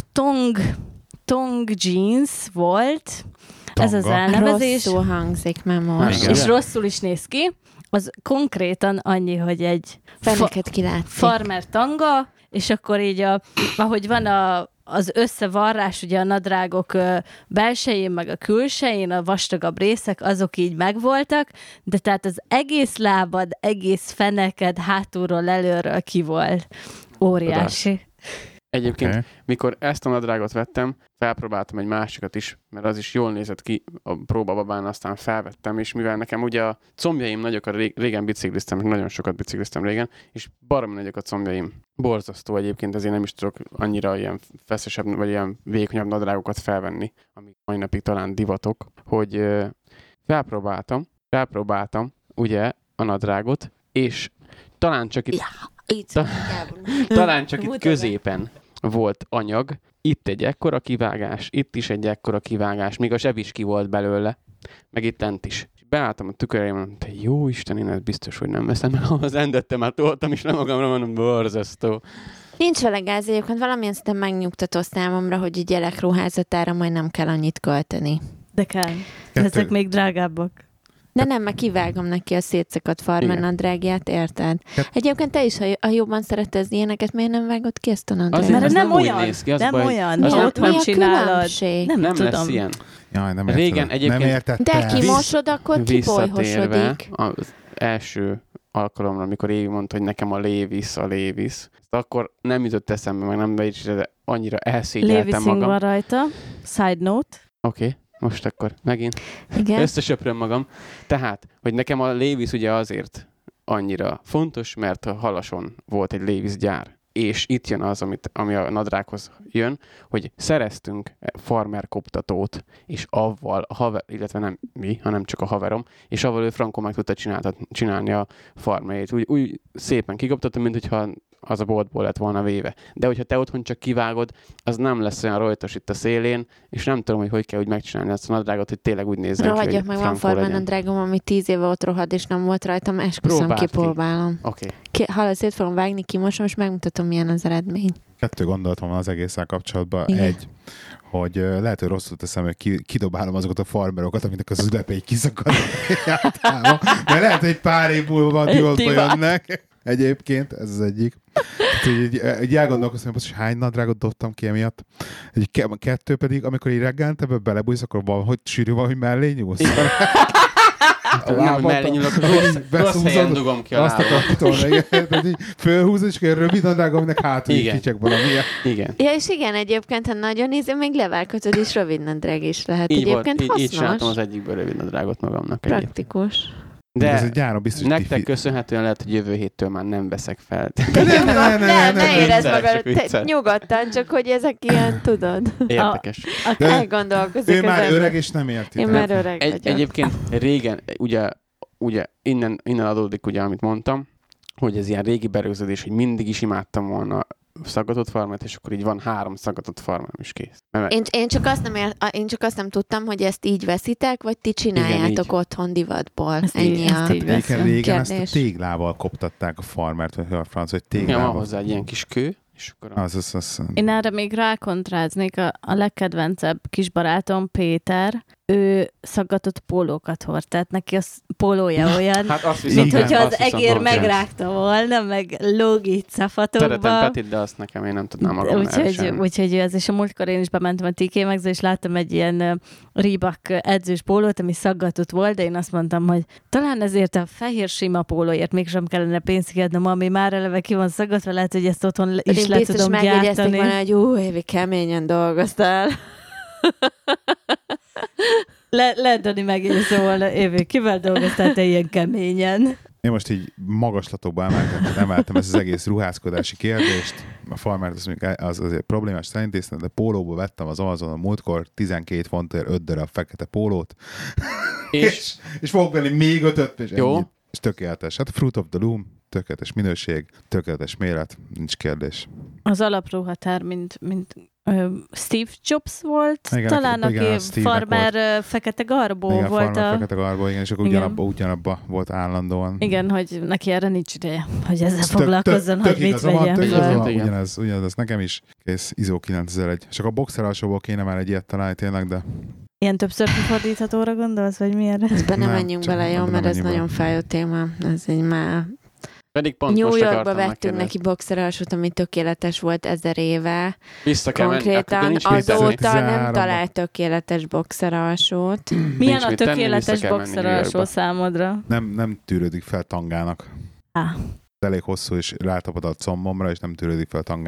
Tong jeans volt, ez az elnevezés. Rosszul hangzik már most. És rosszul is néz ki. Az konkrétan annyi, hogy egy farmer tanga, és akkor így ahogy van az összevarrás, ugye a nadrágok belsején, meg a külsején, a vastagabb részek, azok így megvoltak, de tehát az egész lábad, egész feneked hátulról, előről ki volt. Óriási. Egyébként, mikor ezt a nadrágot vettem, felpróbáltam egy másikat is, mert az is jól nézett ki a próbababán, aztán felvettem, és mivel nekem ugye a combjaim nagyok, régen bicikliztem, nagyon sokat bicikliztem régen, és baromi nagyok a combjaim. Borzasztó egyébként, ezért nem is tudok annyira ilyen feszesebb, vagy ilyen vékonyabb nadrágokat felvenni, amik mai napig talán divatok, hogy felpróbáltam ugye a nadrágot, és talán csak itt középen volt anyag, itt egy ekkora kivágás, itt is egy ekkora kivágás, még a zseb is ki volt belőle, meg itt lent is. Beálltam a tükörre, mondom, te jó Isten, én ezt biztos, hogy nem veszem, mert az endettem, már toltam is le magamra, mondom, borzasztó. Nincs vele gáz, egyébként valamilyen szinten megnyugtató számomra, hogy egy gyerekruházatára majd nem kell annyit költeni. De kell. Ezek még drágábbak. De nem, mert kivágom neki a szétszakadt farmer nadrágját, érted? Egyébként te is, ha jobban szereted ilyeneket, miért nem vágod ki ezt a nadrágot? Mert nem olyan. Nem olyan. Mi otthon csinálod. Nem lesz ilyen. Jaj, nem régen egyébként... De kimosod, akkor kibolyhosodik. Az első alkalomra, amikor Évi mondta, hogy nekem a Levi's, akkor nem jutott eszembe, meg nem beírtam, de annyira elszégyeltem magam. Levi's van rajta. Side note. Oké. Most akkor megint Igen. összesöpröm magam. Tehát, hogy nekem a Levi's ugye azért annyira fontos, mert a Halason volt egy Levi's gyár. És itt jön az, ami a nadrághoz jön, hogy szereztünk farmer koptatót, és avval, illetve nem mi, hanem csak a haverom, és avval ő frankon meg tudta csinálni a farmerét. Úgy szépen kikoptatta, mint hogyha az a boltból lett volna véve. De hogyha te otthon csak kivágod, az nem lesz olyan rojtos itt a szélén, és nem tudom, hogy kell úgy megcsinálni ezt a nadrágot, hogy tényleg úgy nézzen ki, rohadjak meg, van farmer nadrágom, ami 10 éve ott rohad, és nem volt rajtam, esküszöm, kipróbálom. Oké. Ha szét fogom vágni, kimosom, és megmutatom, milyen az eredmény. 2 gondolatom van az egésszel kapcsolatban. Igen. Egy, hogy lehet, hogy rosszul teszem, hogy kidobálom azokat a farmerokat, aminek az ülepély kiszakad. De lehet, hogy pár év múlva divatba jönnek. Egyébként, ez az egyik. Így elgondolkoztam, hogy hány nadrágot dobtam ki emiatt. 2 pedig, amikor így reggelente belebújsz, akkor valahogy sűrű van, hogy mellé nyúlsz. Nem, mellé nyúlok, rossz helyen dugom ki a lábam. Fölhúzod, és egy rövid nadrág, aminek hátul kicsek valamilyen. Igen. Ja, és igen, egyébként, ha nagyon néző, még levelkötöd is rövid nadrág is lehet. Így egyébként volt, hasznos. Így csináltam az egyikből rövid nadrágot magamnak. Praktikus. De ez egy gyáron biztos, nektek köszönhetően lehet, hogy jövő héttől már nem veszek fel. Ne érezd magad, nyugodtan, csak hogy ezek ilyen, tudod. Érdekes. Elgondolkozik. Ő már öreg és nem érti. Én már öreg vagyok. Egyébként régen, ugye innen adódik, ugye, amit mondtam, hogy ez ilyen régi berögződés, hogy mindig is imádtam volna szaggatott farmert, és akkor így van 3 szaggatott farmem is kész. Én csak azt nem tudtam, hogy ezt így veszitek, vagy ti csináljátok otthon divatból. Ennyi a régen ezt a téglával koptatták a farmert, vagy a franc, hogy téglával. Igen, van hozzá egy ilyen kis kő, és akkor... Én erre még rákontráznék, a legkedvencebb kis barátom Péter, ő szaggatott pólókat hord, tehát neki a pólója olyan, mint hogyha az egér megrágta volna, meg lógít szafatokba. Szeretem Petit, de azt nekem én nem tudnám magam elviselni. Úgyhogy ez, és a múltkor én is bementem a TK Maxxba, és láttam egy ilyen Reebok edzős pólót, ami szaggatott volt, de én azt mondtam, hogy talán ezért a fehér sima pólóért mégsem kellene pénzt kiadnom, ami már eleve ki van szaggatva, lehet, hogy ezt otthon is le tudom gyártani. Volna, hogy Évi, keményen dolgoztál. Lehet, Dani megjegyezte volna, Évi, kivel dolgoztál te ilyen keményen? Én most így magaslatokba emeltem ezt az egész ruházkodási kérdést. A farmert az azért problémás szerintem, de pólóból vettem az Amazonon múltkor 12 fontért 5 darab fekete pólót. És fogok venni még 5-öt, és jó. Ennyit. És tökéletes. Hát Fruit of the Loom, tökéletes minőség, tökéletes méret, nincs kérdés. Az alapruhatár, mint Steve Jobs volt, igen, talán igen, aki farmer fekete garbó igen, volt. Farmer fekete garbó, igen, és akkor ugyanabba volt állandóan. Igen, hogy neki erre nincs ideje, hogy ezzel foglalkozzon, hogy mit vegyen. Ugyanaz nekem is. Kész, ISO 9001. Csak a boxer alsóból kéne már egy ilyet találni tényleg, de... Ilyen többször kifordíthatóra gondolsz, vagy milyenre? Ezben nem menjünk bele, jó, mert ez nagyon fájó téma. Ez egy már... Pedig pont New Yorkba vettünk neki boxeralsót, ami tökéletes volt 1000 éve. Konkrétan azóta nem talált tökéletes boxeralsót. Milyen a tökéletes boxeralsó számodra? Nem tűrődik fel tangának. Elég hosszú, és rátapad a combomra, és nem tűrődik fel tangának.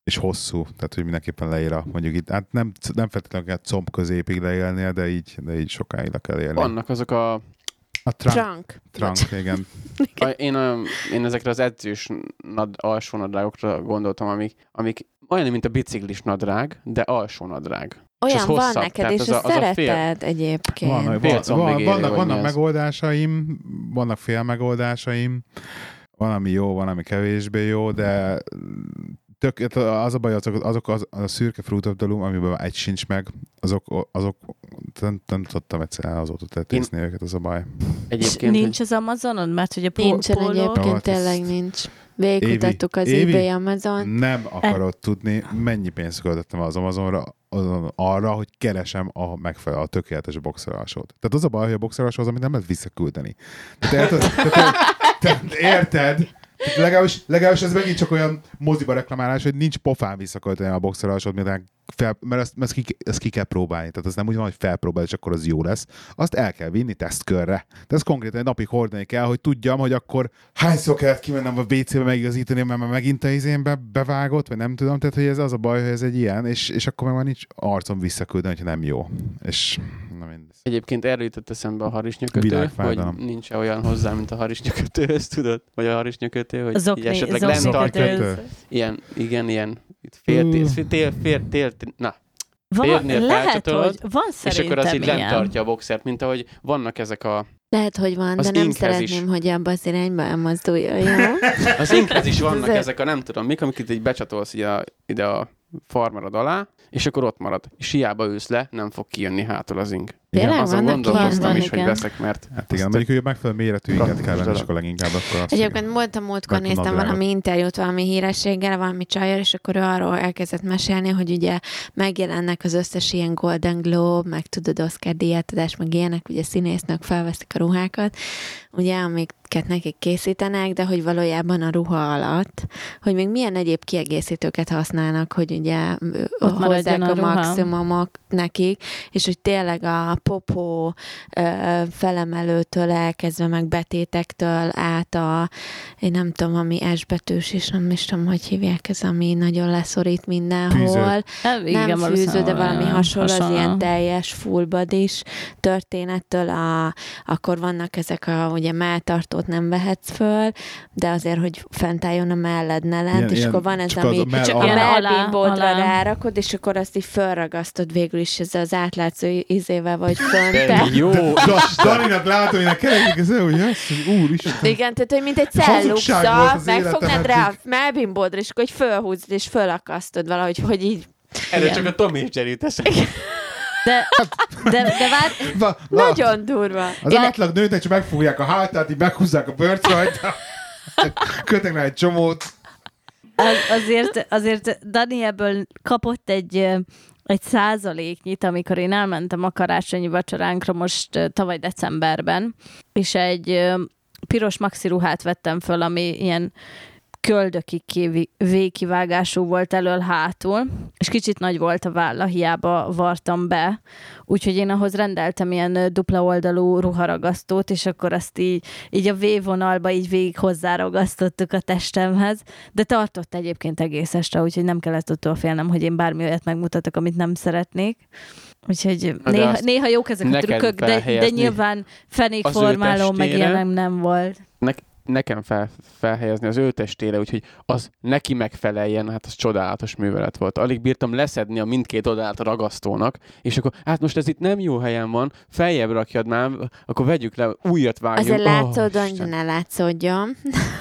és hosszú, tehát hogy mindenképpen leér mondjuk itt, hát nem feltétlenül kell comb középig leélnie, de így sokáig le kell élni. Vannak azok a trunk, igen. Én ezekre az edzős alsó nadrágokra gondoltam, amik olyan, mint a biciklis nadrág, de alsó nadrág. Olyan van hosszabb, neked, és ezt szereted egyébként. Vannak megoldásaim, vannak fél megoldásaim, van, ami jó, van, ami kevésbé jó, de az a baj, azok a szürke Fruit of the Loom, amiben egy sincs meg, azok nem tudtam egyszer azóta tetészni őket, az a baj. Egyébként nincs az Amazonon? Mert hogy a nincsen egyébként, tényleg nincs. Végigkutattuk az eBay Amazon. Nem akarod tudni, mennyi pénzt költöttem az Amazonra arra, hogy keresem a tökéletes boxeralsót. Tehát az a baj, hogy a boxeralsó az, amit nem lehet visszaküldeni. Érted? Legalábbis ez megint csak olyan moziba reklamálás, hogy nincs pofán visszakölteni a boxeralsót, mert ezt ki kell próbálni. Tehát az nem úgy van, hogy felpróbál, és akkor az jó lesz. Azt el kell vinni tesztkörre. De ezt konkrétan egy napig hordani kell, hogy tudjam, hogy akkor hányszor kellett kimennem a WC-be megigazítani, mert megint a izénbe bevágott, vagy nem tudom. Tehát, hogy ez az a baj, hogy ez egy ilyen, és akkor meg már nincs arcom visszaküldeni, hogyha nem jó. És egyébként erről jutott eszembe a harisnyakötő, hogy nincs olyan hozzá, mint a harisnyakötőhöz, tudod? Vagy a harisnyakötő, hogy zokni, így esetleg lent tartja. Ilyen férnél felcsatolod, és akkor az így lent tartja a boxert, mint ahogy vannak ezek a... Lehet, hogy van, de nem szeretném, hogy abba az irányba elmozduljon, jó? Az inkhez is vannak ezek a nem tudom mik, amiket így becsatolsz ide a farmerod alá, és akkor ott marad. És hiába ülsz le, nem fog kijönni hátul az ink. Igen, azon gondolkoztam is, hogy veszek, mert... Hát igen, mondjuk, hogy megfelelő méretű inket kell venni, és akkor leginkább akkor azt... Egyébként múltkor néztem valami interjút valami hírességgel, valami csajjal, és akkor ő arról elkezdett mesélni, hogy ugye megjelennek az összes ilyen Golden Globe, meg tudod, Oscar díjátadás, meg ilyenek, ugye színésznők felveszik a ruhákat, ugye, amiket nekik készítenek, de hogy valójában a ruha alatt, hogy még milyen egyéb kiegészítőket használnak, hogy ugye hozzák a maximumok nekik, és hogy tényleg a popó felemelőtől elkezdve meg betétektől át én nem tudom, ami S betűs, és nem is tudom, hogy hívják ez, ami nagyon leszorít mindenhol. Nem fűző, de valami hasonló, az ilyen teljes full body-s történettől akkor vannak ezek ugye melltartót nem vehetsz föl, de azért, hogy fent álljon a melled ne lent, és akkor van ez, ami a mellbimbódra rárakod, és akkor azt így fölragasztod végül is ezzel az átlátszó izével vagy fönt. Jó! Daninak látom, hogy a kerekik az hogy úristen. Igen, tehát, hogy mint egy celluksa, megfognád rá a mellbimbódra, és akkor így fölhúzod, és fölakasztod valahogy, hogy így... Erre csak a Tom és Jerry teszek. De nagyon durva. Az átlag nőnek csak megfogják a hátát, így meghúzzák a bőrt rajta, kötnek rá egy csomót. Azért Dani ebből kapott egy százaléknyit, amikor én elmentem a karácsonyi vacsoránkra most tavaly decemberben, és egy piros maxi ruhát vettem föl, ami ilyen köldökig végkivágású volt elől-hátul, és kicsit nagy volt a válla, hiába vartam be, úgyhogy én ahhoz rendeltem ilyen dupla oldalú ruharagasztót, és akkor azt így a V-vonalba így végig hozzáragasztottuk a testemhez, de tartott egyébként egész este, úgyhogy nem kellett attól félnem, hogy én bármi olyat megmutatok, amit nem szeretnék. Úgyhogy néha jók ezek a trükkök, de nyilván fenékformáló meg ilyen nem volt. Nekem felhelyezni az ő testére, úgyhogy az neki megfeleljen, hát az csodálatos művelet volt. Alig bírtam leszedni a mindkét oldalát a ragasztónak, és akkor hát most ez itt nem jó helyen van, feljebb rakjad már, akkor vegyük le, újat vágjunk. Azért látszódjon, hogy ne látszódjon.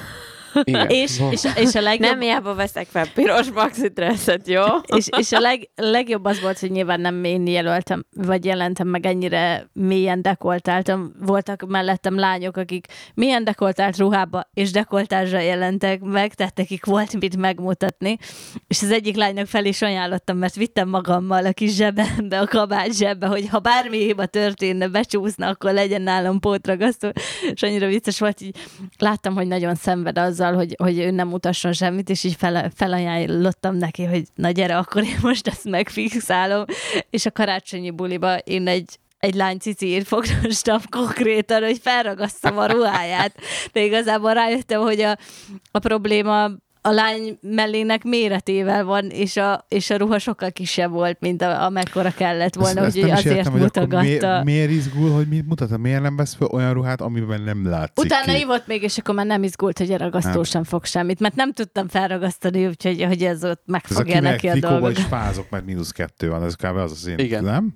És a legjobb... Nem hiába veszek fel piros maxi dresszet, jó? és a legjobb az volt, hogy nyilván nem én jelöltem, vagy jelentem meg ennyire mélyen dekoltáltam. Voltak mellettem lányok, akik mélyen dekoltált ruhába és dekoltálsra jelentek meg, tehát nekik volt mit megmutatni. És az egyik lánynak fel is ajánlottam, mert vittem magammal a kis zsebembe, a kabát zsebbe, hogy ha bármi hiba történne, becsúszna, akkor legyen nálam pótragasztó. És annyira vicces volt, így láttam, hogy nagyon szenved azzal, hogy ő nem mutasson semmit, és így felajánlottam neki, hogy na gyere, akkor én most ezt megfixálom. És a karácsonyi buliba én egy lány ciciért fogtam konkrétan, hogy felragasztom a ruháját. De igazából rájöttem, hogy a probléma a lány mellének méretével van, és a ruha sokkal kisebb volt, mint amekkora kellett volna, úgyhogy azért értem, mutogatta. Miért izgul, hogy mit mutat? Miért nem vesz fel olyan ruhát, amiben nem látszik Utána ivott még, és akkor már nem izgult, hogy a ragasztó sem fog semmit, mert nem tudtam felragasztani, úgyhogy hogy ez ott megfogja neki a dolgot. Ez a fázok, mert -2 van, ez kb. Az a szín. Igen. Nem?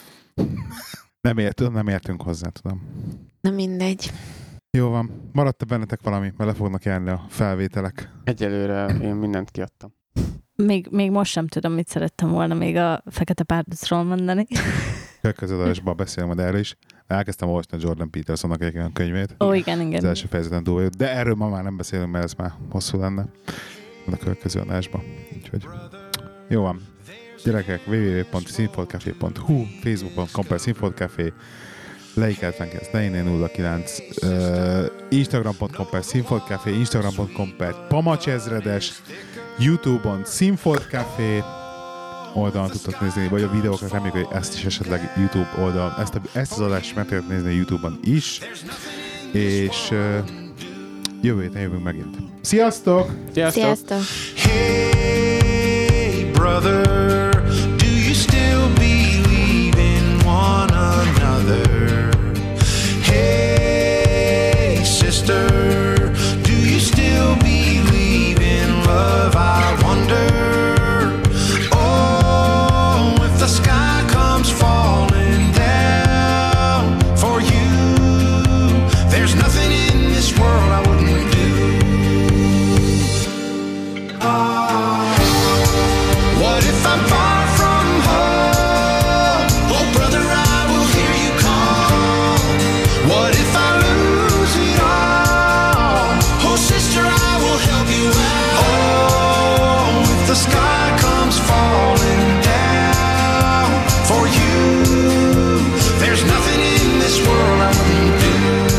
Nem értünk hozzá, tudom. Na mindegy. Jó van. Maradt-e bennetek valami? Mert le fognak járni a felvételek. Egyelőre én mindent kiadtam. Még most sem tudom, mit szerettem volna még a Fekete Párducról mondani. Következő adásban beszélünk majd erről is. Elkezdtem olvasni a Jordan Petersonnak egy olyan könyvét. Ó, igen. Az első fejezeten túl vagyok. De erről ma már nem beszélünk, mert ez már hosszú lenne. A következő adásban. Úgyhogy jó van. Gyerekek, www.színfoltcafé.hu, facebook.com/színfoltcafé, leik79, instagram.com/színfoltcafé, instagram.com/pamacsezredes, YouTube-on Színfoltcafé oldalon tudtok nézni, vagy a videókat, reméljük, hogy ezt is esetleg YouTube oldalon, ezt az adást meg tudtok nézni a YouTube-on is, és jövő héten jövünk megint. Sziasztok! Sziasztok! Hey, brother, do you still believe in one another? Hey, sister, do you still believe in love? I wonder. Oh, if the sky comes falling down for you, there's nothing in this world I wouldn't do. What if I'm far from home? Oh, brother, I will hear you call. What if I lose it all? Oh, sister, I will help you out. Oh, if the sky comes falling down for you, there's nothing in this world I wouldn't do.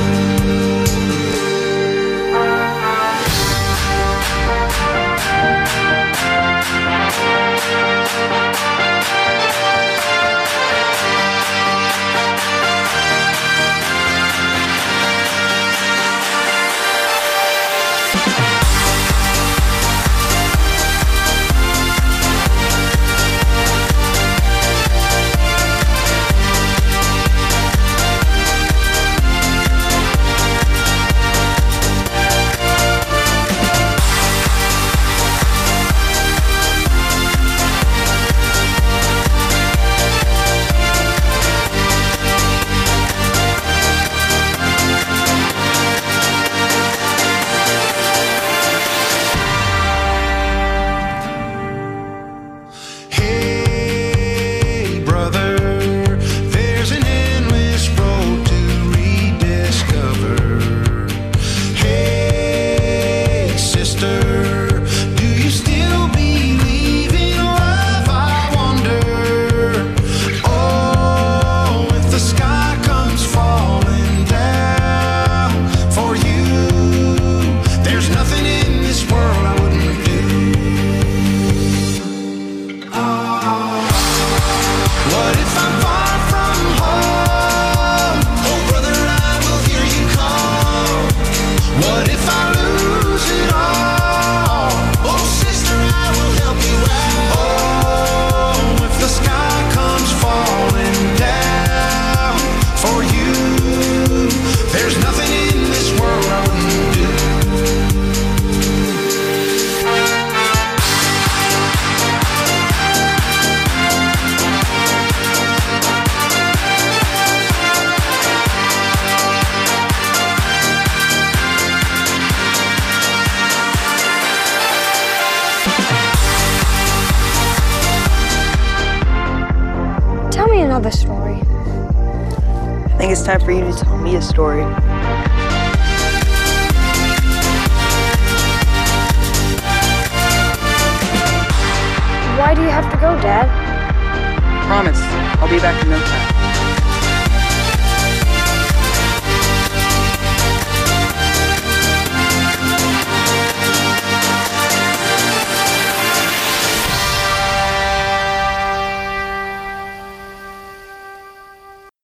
Another story. I think it's time for you to tell me a story. Why do you have to go, Dad? Promise, I'll be back in no time.